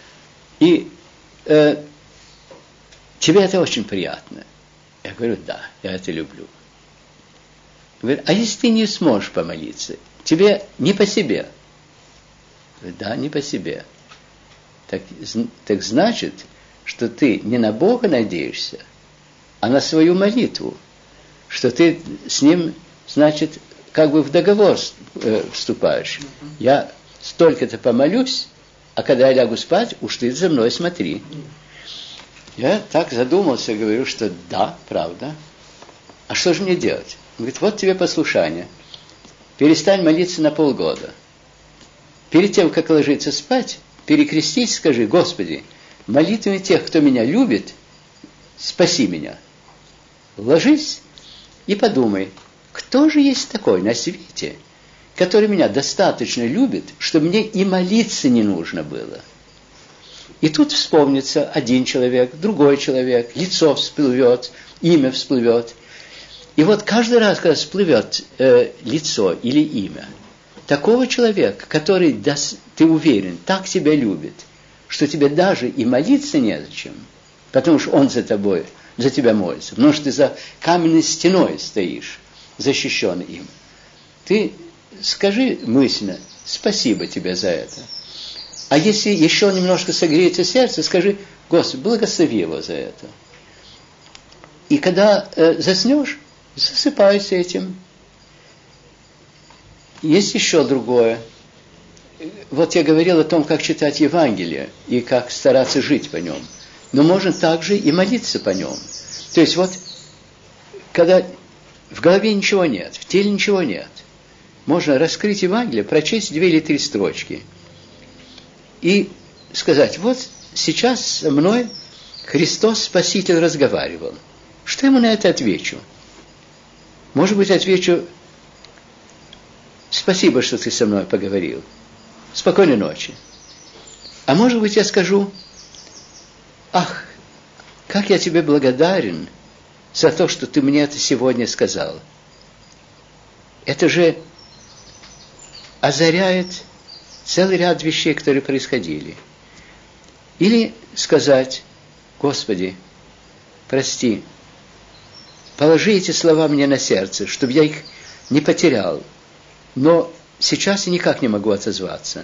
И э, тебе это очень приятно? Я говорю, да, я это люблю. Говорит, а если ты не сможешь помолиться, тебе не по себе? Говорю, да, не по себе. Так, так значит, что ты не на Бога надеешься, а на свою молитву, что ты с Ним, значит, как бы в договор э, вступаешь. Я столько-то помолюсь, а когда я лягу спать, уж ты за мной смотри. Я так задумался, говорю, что да, правда. А что же мне делать? Он говорит, вот тебе послушание. Перестань молиться на полгода. Перед тем, как ложиться спать, перекрестись, скажи, Господи, молитвами тех, кто меня любит, спаси меня. Ложись и подумай, кто же есть такой на свете, который меня достаточно любит, чтобы мне и молиться не нужно было. И тут вспомнится один человек, другой человек, лицо всплывет, имя всплывет. И вот каждый раз, когда всплывет э, лицо или имя такого человека, который, дос, ты уверен, так тебя любит, что тебе даже и молиться незачем, потому что он за тобой, за тебя молится, потому что ты за каменной стеной стоишь, защищенный им. Ты скажи мысленно, спасибо тебе за это. А если еще немножко согреется сердце, скажи, Господи, благослови его за это. И когда э, заснешь, засыпайся этим. Есть еще другое. Вот я говорил о том, как читать Евангелие и как стараться жить по нем. Но можно также и молиться по нем. То есть вот, когда в голове ничего нет, в теле ничего нет, можно раскрыть Евангелие, прочесть две или три строчки и сказать, вот сейчас со мной Христос Спаситель разговаривал. Что ему на это отвечу? Может быть, отвечу, спасибо, что ты со мной поговорил. Спокойной ночи. А может быть, я скажу, ах, как я тебе благодарен за то, что ты мне это сегодня сказал. Это же озаряет целый ряд вещей, которые происходили. Или сказать, Господи, прости, положи эти слова мне на сердце, чтобы я их не потерял. Но сейчас я никак не могу отозваться.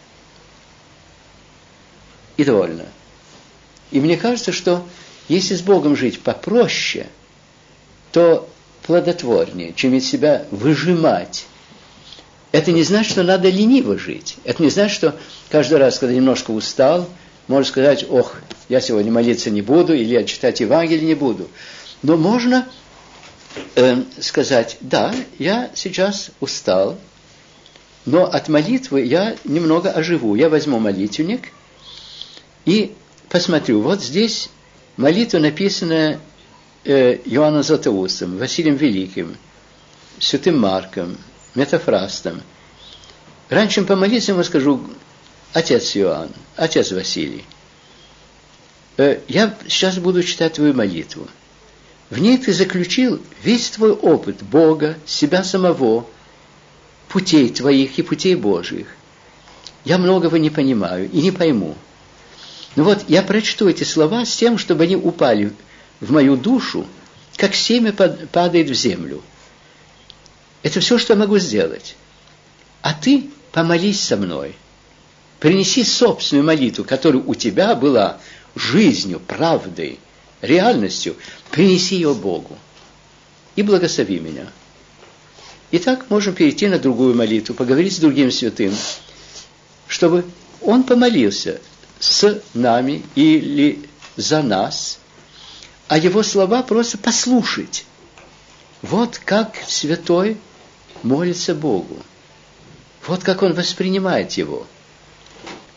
И довольно. И мне кажется, что если с Богом жить попроще, то плодотворнее, чем из себя выжимать. Это не значит, что надо лениво жить. Это не значит, что каждый раз, когда немножко устал, можно сказать, ох, я сегодня молиться не буду, или я читать Евангелие не буду. Но можно э, сказать, да, я сейчас устал, но от молитвы я немного оживу. Я возьму молитвенник и посмотрю. Вот здесь молитва, написанная э, Иоанном Златоустом, Василием Великим, Святым Марком, Метафрастом. Раньше, чем помолиться, ему скажу, отец Иоанн, отец Василий, э, я сейчас буду читать твою молитву. В ней ты заключил весь твой опыт Бога, себя самого, путей твоих и путей Божьих. Я многого не понимаю и не пойму. Но вот я прочту эти слова с тем, чтобы они упали в мою душу, как семя падает в землю. Это все, что я могу сделать. А ты помолись со мной. Принеси собственную молитву, которая у тебя была жизнью, правдой, реальностью. Принеси ее Богу. И благослови меня. Итак, можем перейти на другую молитву, поговорить с другим святым, чтобы он помолился с нами или за нас, а его слова просто послушать. Вот как святой молится Богу. Вот как он воспринимает его.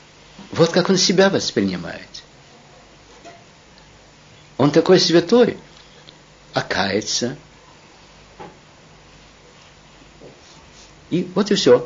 Вот как он себя воспринимает. Он такой святой, а кается. И вот и все.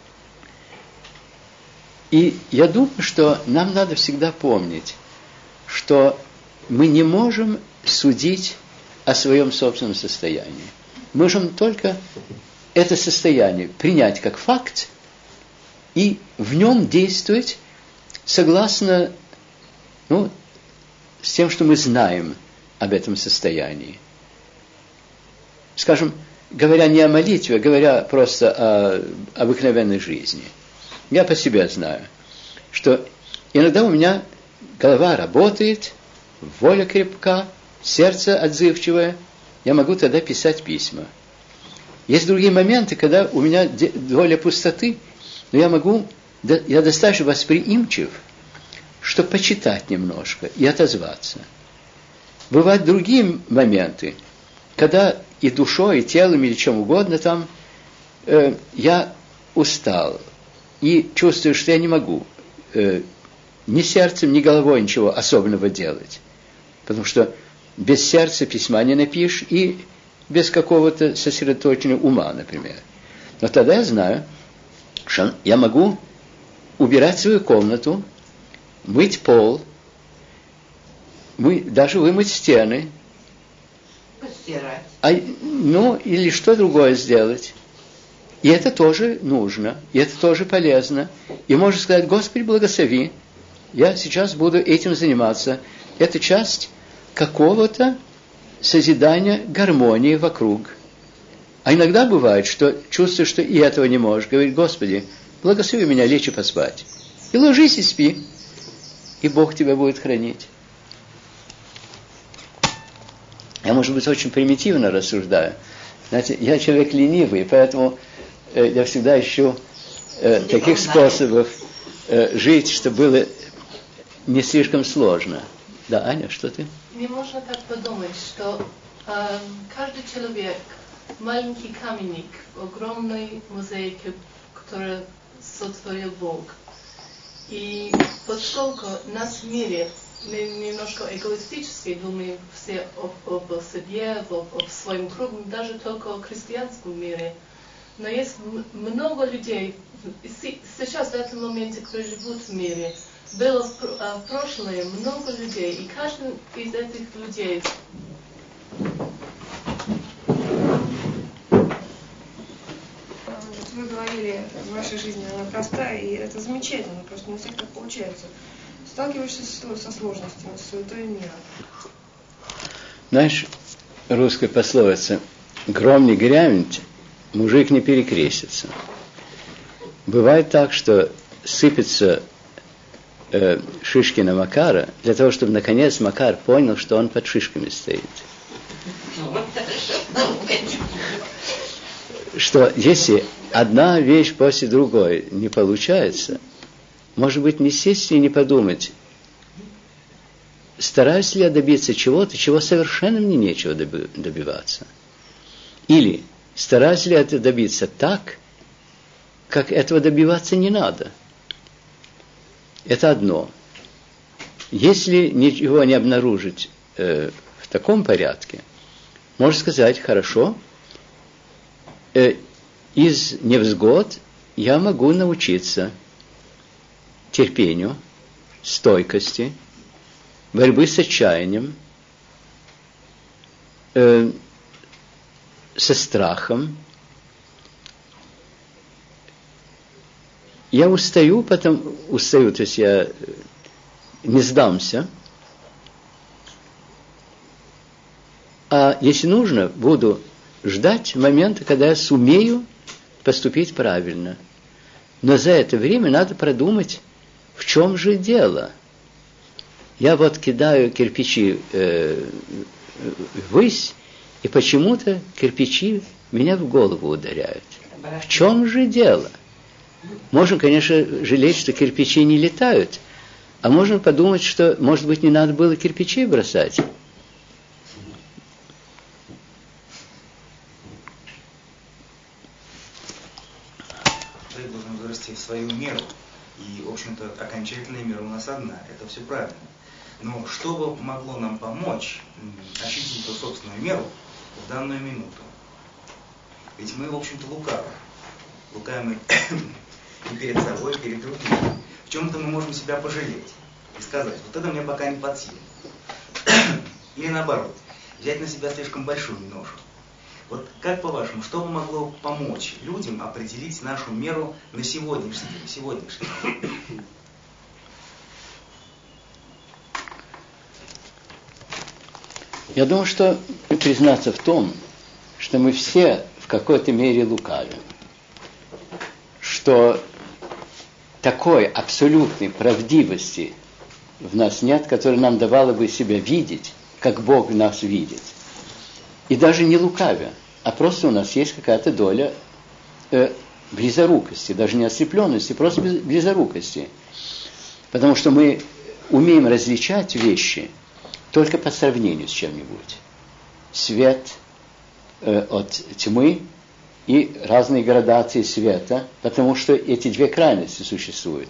И я думаю, что нам надо всегда помнить, что мы не можем судить о своем собственном состоянии. Мы можем только это состояние принять как факт и в нем действовать согласно, ну, с тем, что мы знаем об этом состоянии. Скажем, говоря не о молитве, а говоря просто о обыкновенной жизни. Я по себе знаю, что иногда у меня голова работает, воля крепка, сердце отзывчивое, я могу тогда писать письма. Есть другие моменты, когда у меня доля пустоты, но я могу, я достаточно восприимчив, чтобы почитать немножко и отозваться. Бывают другие моменты, когда и душой, и телом, или чем угодно там, э, я устал и чувствую, что я не могу э, ни сердцем, ни головой ничего особенного делать. Потому что без сердца письма не напишешь и без какого-то сосредоточенного ума, например. Но тогда я знаю, что я могу убирать свою комнату, мыть пол, мы, даже вымыть стены. Постирать. А, ну, или что другое сделать. И это тоже нужно, и это тоже полезно. И можно сказать: Господи, благослови, я сейчас буду этим заниматься. Это часть какого-то созидания гармонии вокруг. А иногда бывает, что чувствуешь, что и этого не можешь. Говорит: Господи, благослови меня лечь и поспать. И ложись и спи, и Бог тебя будет хранить. Я, может быть, очень примитивно рассуждаю. Знаете, я человек ленивый, поэтому э, я всегда ищу э, таких способов э, жить, чтобы было не слишком сложно. Да, Аня, что ты? Не можно так подумать, что э, каждый человек маленький каменник в огромной мозаике, которую сотворил Бог. И поскольку нас в мире мы немножко эгоистически думаем все об, об себе, об, об своем круге, даже только в христианском мире. Но есть много людей, сейчас в этом моменте, которые живут в мире, было в, в прошлом много людей, и каждый из этих людей вы говорили, ваша жизнь, она простая, и это замечательно, просто не всех так получается. Сталкиваешься со сложностями, с суетой мира. Знаешь, русская пословица: гром не грянет, мужик не перекрестится. Бывает так, что сыпется э, шишки на Макара, для того, чтобы наконец Макар понял, что он под шишками стоит. Что если одна вещь после другой не получается, может быть, не сесть и не подумать, стараюсь ли я добиться чего-то, чего совершенно мне нечего добиваться. Или стараюсь ли я это добиться так, как этого добиваться не надо. Это одно. Если ничего не обнаружить э, в таком порядке, можно сказать: хорошо, э, из невзгод я могу научиться терпению, стойкости, борьбы с отчаянием, э, со страхом. Я устаю, потом устаю, то есть я не сдамся. А если нужно, буду ждать момента, когда я сумею поступить правильно. Но за это время надо продумать, в чем же дело. Я вот кидаю кирпичи э, ввысь, и почему-то кирпичи меня в голову ударяют. В чем же дело? Можно, конечно, жалеть, что кирпичи не летают, а можно подумать, что, может быть, не надо было кирпичи бросать. Человек должен вырасти в свою меру. И, в общем-то, общем-то, окончательная мера у нас одна. Это все правильно. Но что бы могло нам помочь ощутить эту собственную меру в данную минуту? Ведь мы, в общем-то, лукавы. Лукавы и перед собой, и перед другими. В чем-то мы можем себя пожалеть и сказать, вот это мне пока не под силу. Или наоборот, взять на себя слишком большую ношу. Вот как по-вашему, что бы могло помочь людям определить нашу меру на сегодняшний день? Сегодняшний день? Я думаю, что признаться в том, что мы все в какой-то мере лукавим. Что такой абсолютной правдивости в нас нет, которая нам давала бы себя видеть, как Бог нас видит. И даже не лукавя, а просто у нас есть какая-то доля э, близорукости, даже не ослепленности, просто близорукости. Потому что мы умеем различать вещи только по сравнению с чем-нибудь. Свет э, от тьмы и разные градации света, потому что эти две крайности существуют.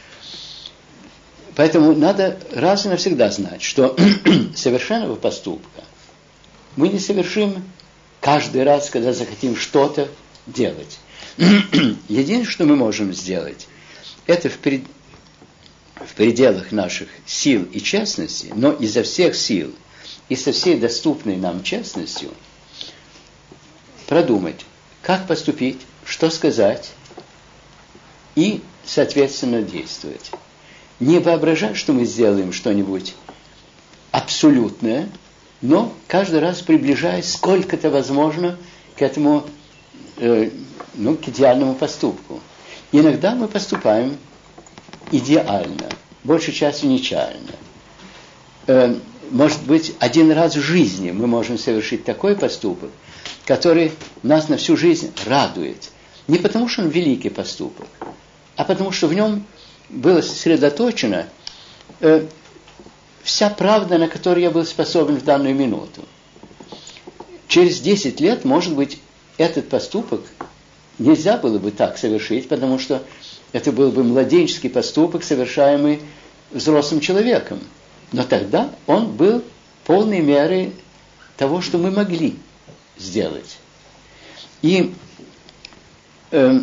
Поэтому надо раз и навсегда знать, что совершенного поступка мы не совершим каждый раз, когда захотим что-то делать. Единственное, что мы можем сделать, это в, пред... в пределах наших сил и честности, но изо всех сил и со всей доступной нам честностью продумать, как поступить, что сказать и, соответственно, действовать. Не воображать, что мы сделаем что-нибудь абсолютное, но каждый раз приближаясь сколько-то возможно к этому, э, ну, к идеальному поступку. Иногда мы поступаем идеально, большей частью нечаянно. Э, может быть, один раз в жизни мы можем совершить такой поступок, который нас на всю жизнь радует. Не потому, что он великий поступок, а потому, что в нем было сосредоточено э, вся правда, на которую я был способен в данную минуту. Через десять лет, может быть, этот поступок нельзя было бы так совершить, потому что это был бы младенческий поступок, совершаемый взрослым человеком. Но тогда он был полной мерой того, что мы могли сделать. И э,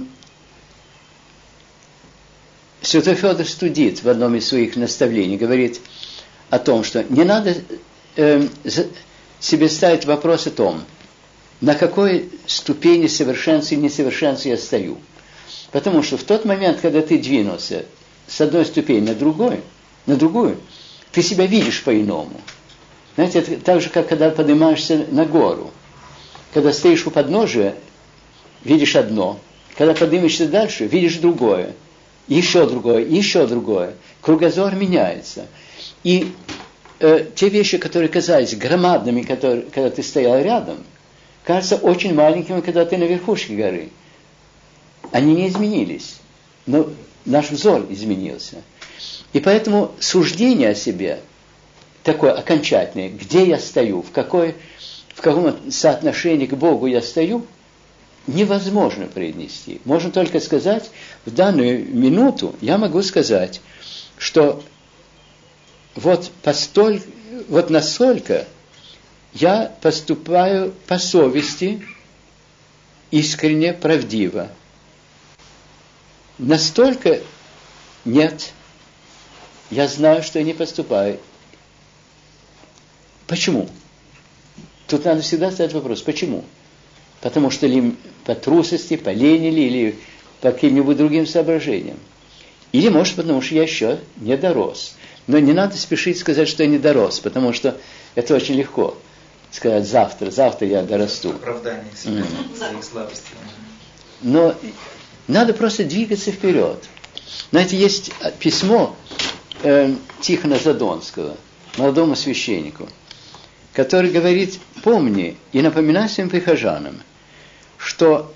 святой Федор Студит в одном из своих наставлений говорит о том, что не надо э, себе ставить вопрос о том, на какой ступени совершенства и несовершенства я стою. Потому что в тот момент, когда ты двинулся с одной ступени на другой, на другую, ты себя видишь по-иному. Знаете, это так же, как когда поднимаешься на гору. Когда стоишь у подножия, видишь одно. Когда поднимешься дальше, видишь другое. Еще другое, еще другое. Кругозор меняется. И э, те вещи, которые казались громадными, которые, когда ты стоял рядом, кажутся очень маленькими, когда ты на верхушке горы. Они не изменились, но наш взор изменился. И поэтому суждение о себе такое окончательное, где я стою, в, какой, в каком соотношении к Богу я стою, невозможно произнести. Можно только сказать, в данную минуту я могу сказать, что вот, постоль, вот настолько я поступаю по совести, искренне, правдиво. Настолько нет, я знаю, что я не поступаю. Почему? Тут надо всегда задать вопрос, почему? Потому что ли по трусости, по лени ли, или по каким-нибудь другим соображениям. Или, может, потому что я еще не дорос. Но не надо спешить сказать, что я не дорос, потому что это очень легко. Сказать завтра, завтра я дорасту. Оправдание своих mm. слабостей. Но надо просто двигаться вперед. Знаете, есть письмо э, Тихона Задонского, молодому священнику, который говорит: помни и напоминай своим прихожанам, что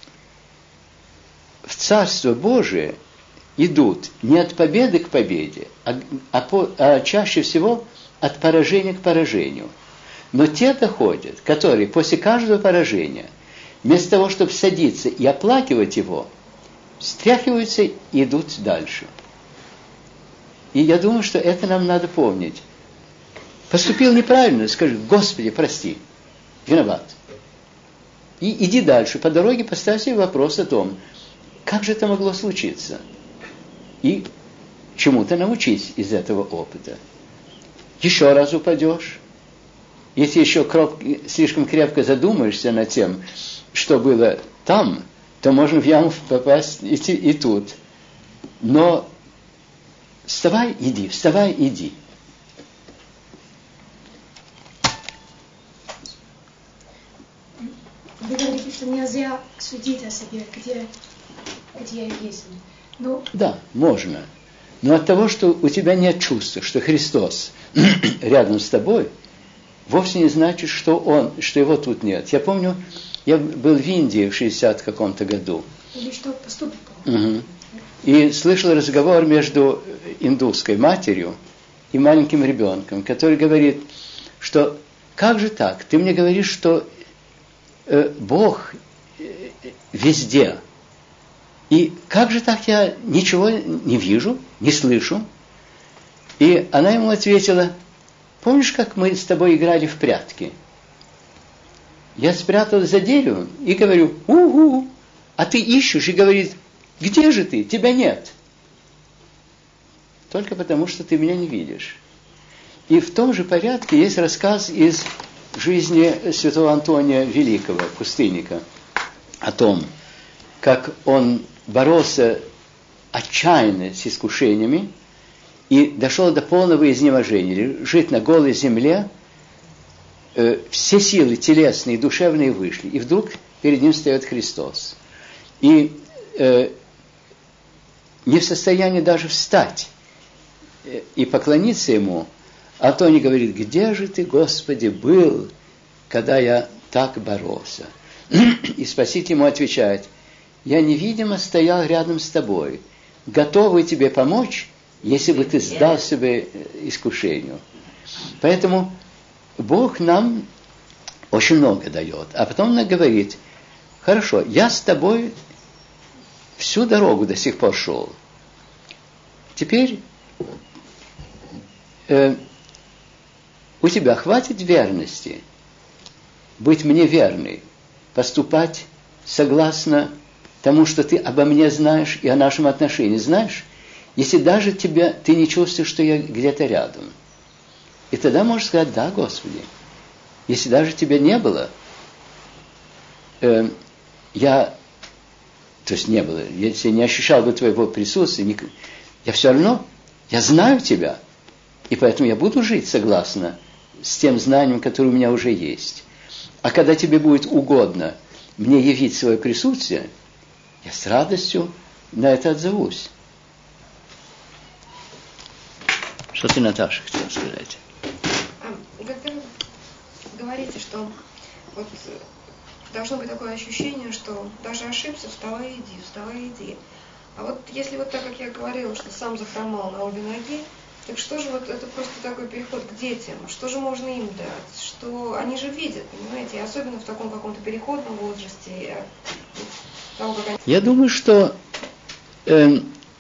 в Царство Божие идут не от победы к победе, а, а, а чаще всего от поражения к поражению. Но те доходят, которые после каждого поражения, вместо того, чтобы садиться и оплакивать его, встряхиваются и идут дальше. И я думаю, что это нам надо помнить. Поступил неправильно, скажи: Господи, прости, виноват. И иди дальше. По дороге поставь себе вопрос о том, как же это могло случиться. И чему-то научись из этого опыта. Еще раз упадешь. Если еще кроп, слишком крепко задумаешься над тем, что было там, то можно в яму попасть и, и тут. Но вставай, иди, вставай, иди. Вы говорите, что нельзя судить о себе, где, где я есть. Но... Да, можно. Но от того, что у тебя нет чувства, что Христос рядом с тобой, вовсе не значит, что Он, что Его тут нет. Я помню, я был в Индии в шестидесятом каком-то году. Или что поступок. Угу. И слышал разговор между индусской матерью и маленьким ребенком, который говорит, что как же так? Ты мне говоришь, что э, Бог э, везде. И как же так я ничего не вижу, не слышу? И она ему ответила: помнишь, как мы с тобой играли в прятки? Я спряталась за деревом и говорю: угу, а ты ищешь и говорит: где же ты? Тебя нет. Только потому, что ты меня не видишь. И в том же порядке есть рассказ из жизни святого Антония Великого, пустынника, о том, как он боролся отчаянно с искушениями и дошел до полного изнеможения. Лежит на голой земле, э, все силы телесные и душевные вышли, и вдруг перед ним встает Христос. И э, не в состоянии даже встать э, и поклониться Ему, Антоний говорит: где же ты, Господи, был, когда я так боролся? И Спаситель ему отвечает: я невидимо стоял рядом с тобой, готовый тебе помочь, если бы ты сдал себе искушению. Поэтому Бог нам очень много дает. А потом Он говорит: хорошо, я с тобой всю дорогу до сих пор шел. Теперь э, у тебя хватит верности быть мне верной, поступать согласно тому, что ты обо мне знаешь и о нашем отношении знаешь, если даже тебя, ты не чувствуешь, что я где-то рядом. И тогда можешь сказать: да, Господи, если даже тебя не было, э, я, то есть не было, если я не ощущал бы твоего присутствия, не, я все равно, я знаю тебя, и поэтому я буду жить согласно с тем знанием, которое у меня уже есть. А когда тебе будет угодно мне явить свое присутствие, я с радостью на это отзовусь. Что ты, Наташа, хотела сказать? Вы говорите, что вот должно быть такое ощущение, что даже ошибся, вставай и иди, вставай и иди. А вот если вот так, как я говорила, что сам захромал на обе ноги, так что же вот это просто такой переход к детям? Что же можно им дать? Что они же видят, понимаете, и особенно в таком каком-то переходном возрасте. Того, как они... Я думаю, что э,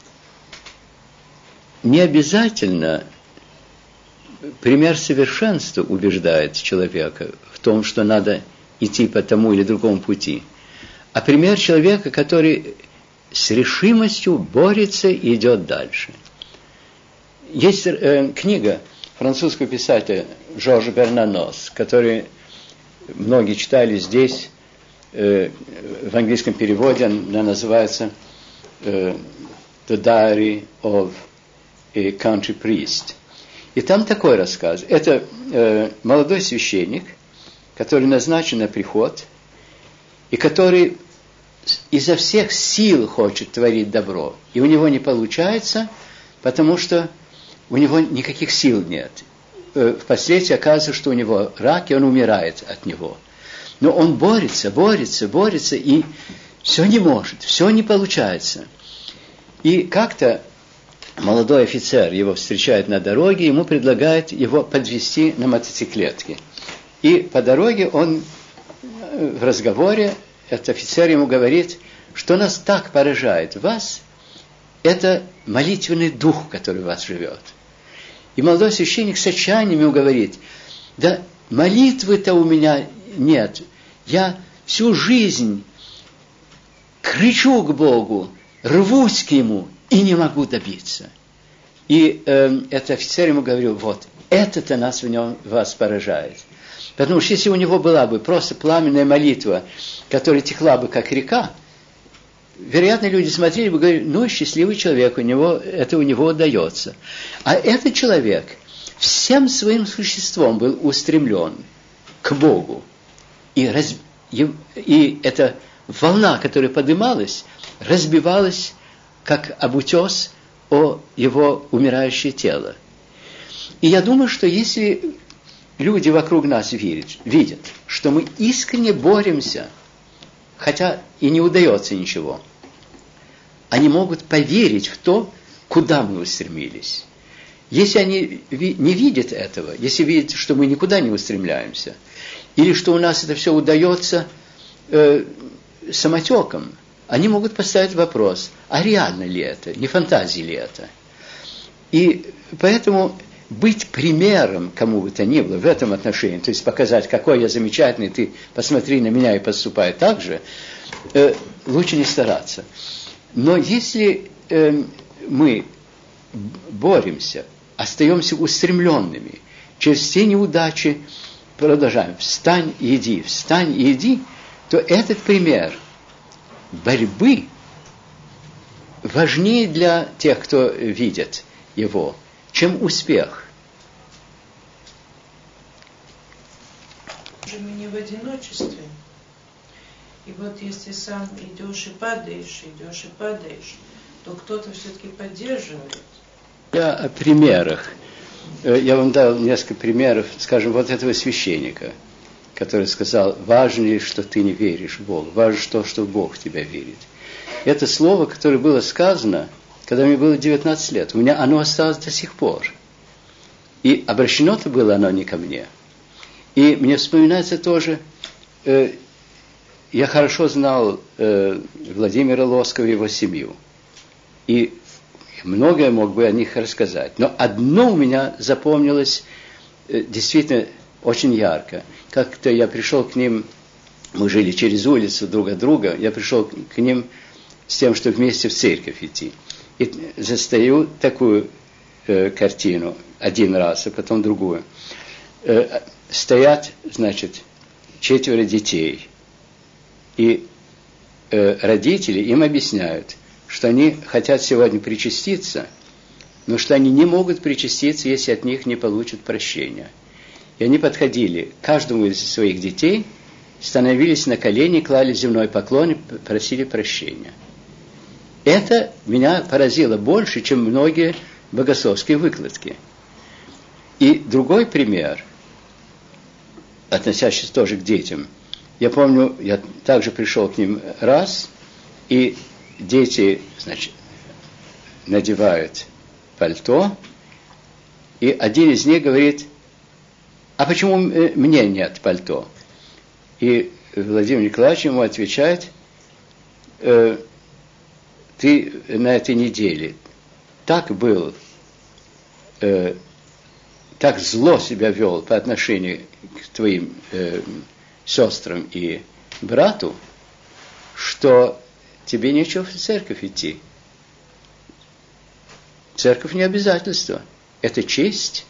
не обязательно пример совершенства убеждает человека в том, что надо идти по тому или другому пути, а пример человека, который с решимостью борется и идет дальше. Есть э, книга французского писателя Жоржа Бернанос, который многие читали здесь, э, в английском переводе она называется э, The Diary of a Country Priest. И там такой рассказ. Это э, молодой священник, который назначен на приход, и который изо всех сил хочет творить добро. И у него не получается, потому что у него никаких сил нет. Впоследствии оказывается, что у него рак, и он умирает от него. Но он борется, борется, борется, и все не может, все не получается. И как-то молодой офицер его встречает на дороге, ему предлагает его подвезти на мотоциклетке. И по дороге он в разговоре, этот офицер ему говорит, что нас так поражает вас, это молитвенный дух, который в вас живет. И молодой священник с отчаянием ему говорит: да молитвы-то у меня нет. Я всю жизнь кричу к Богу, рвусь к Ему и не могу добиться. И э, этот офицер ему говорил: вот, это-то нас в нем вас поражает. Потому что если у него была бы просто пламенная молитва, которая текла бы как река, вероятно, люди смотрели бы и говорили: ну, счастливый человек, у него, это у него удается. А этот человек всем своим существом был устремлен к Богу. И, раз, и, и эта волна, которая поднималась, разбивалась, как об утес, о его умирающее тело. И я думаю, что если люди вокруг нас видят, видят, что мы искренне боремся, хотя и не удается ничего, они могут поверить в то, куда мы устремились. Если они не видят этого, если видят, что мы никуда не устремляемся, или что у нас это все удается э, самотеком, они могут поставить вопрос: а реально ли это, не фантазия ли это? И поэтому быть примером кому бы то ни было в этом отношении, то есть показать, какой я замечательный, ты посмотри на меня и поступай так же, э, лучше не стараться. Но если э, мы боремся, остаемся устремленными, через все неудачи продолжаем: встань и иди, встань и иди, то этот пример борьбы важнее для тех, кто видит его, чем успех. Мы не в одиночестве. И вот если сам идешь и падаешь, идешь и падаешь, то кто-то все-таки поддерживает. Я о примерах. Я вам дал несколько примеров, скажем, вот этого священника, который сказал: важно ли, что ты не веришь в Бога, важно то, что Бог в тебя верит. Это слово, которое было сказано, когда мне было девятнадцать лет, у меня оно осталось до сих пор. И обращено-то было оно не ко мне. И мне вспоминается тоже, э, я хорошо знал э, Владимира Лоскова и его семью. И многое мог бы о них рассказать. Но одно у меня запомнилось э, действительно очень ярко. Как-то я пришел к ним, мы жили через улицу друг от друга, я пришел к ним с тем, чтобы вместе в церковь идти. И застаю такую э, картину один раз, а потом другую. Э, стоят, значит, четверо детей. И э, родители им объясняют, что они хотят сегодня причаститься, но что они не могут причаститься, если от них не получат прощения. И они подходили к каждому из своих детей, становились на колени, клали земной поклон и просили прощения. Это меня поразило больше, чем многие богословские выкладки. И другой пример, относящийся тоже к детям. Я помню, я также пришел к ним раз, и дети, значит, надевают пальто, и один из них говорит: а почему мне нет пальто? И Владимир Николаевич ему отвечает: э, ты на этой неделе так был, э, так зло себя вел по отношению к твоим э, сестрам и брату, что тебе нечего в церковь идти. Церковь не обязательство, это честь.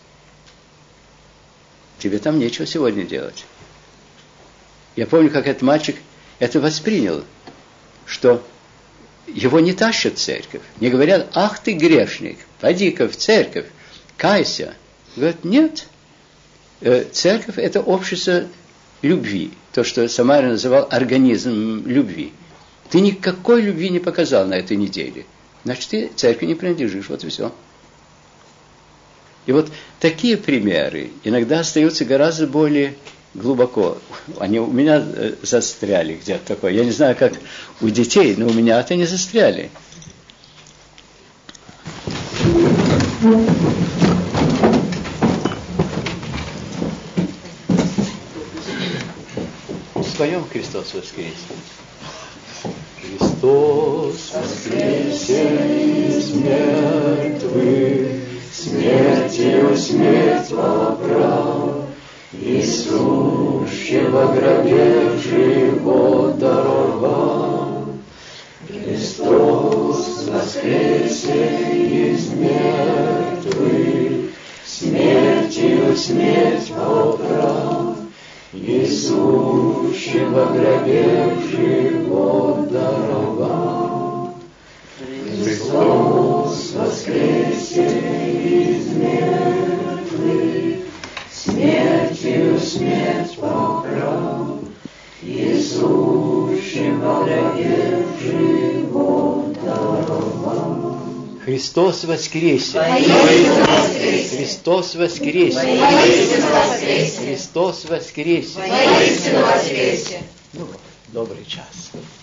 Тебе там нечего сегодня делать. Я помню, как этот мальчик это воспринял, что его не тащат в церковь. Не говорят: ах ты грешник, пойди-ка в церковь, кайся. Говорят: нет. Церковь – это общество любви. То, что Самарин называл организм любви. Ты никакой любви не показал на этой неделе. Значит, ты церкви не принадлежишь. Вот и все. И вот такие примеры иногда остаются гораздо более глубоко. Они у меня застряли где-то такое. Я не знаю, как у детей, но у меня это не застряли. Споем «Христос воскресе». Христос воскресе из мертвых. во гробе живот даровал. Христос воскресе из мертвых, смертью смерть поправ. Иисуще во гробе живот даровал. Христос воскресе из мертвых, смертью смерть поправ. Иисуще во гробе живот даровал. Христос воскресе! Христос воскресе! Христос воскресе! Воистину воскресе! Ну, добрый час.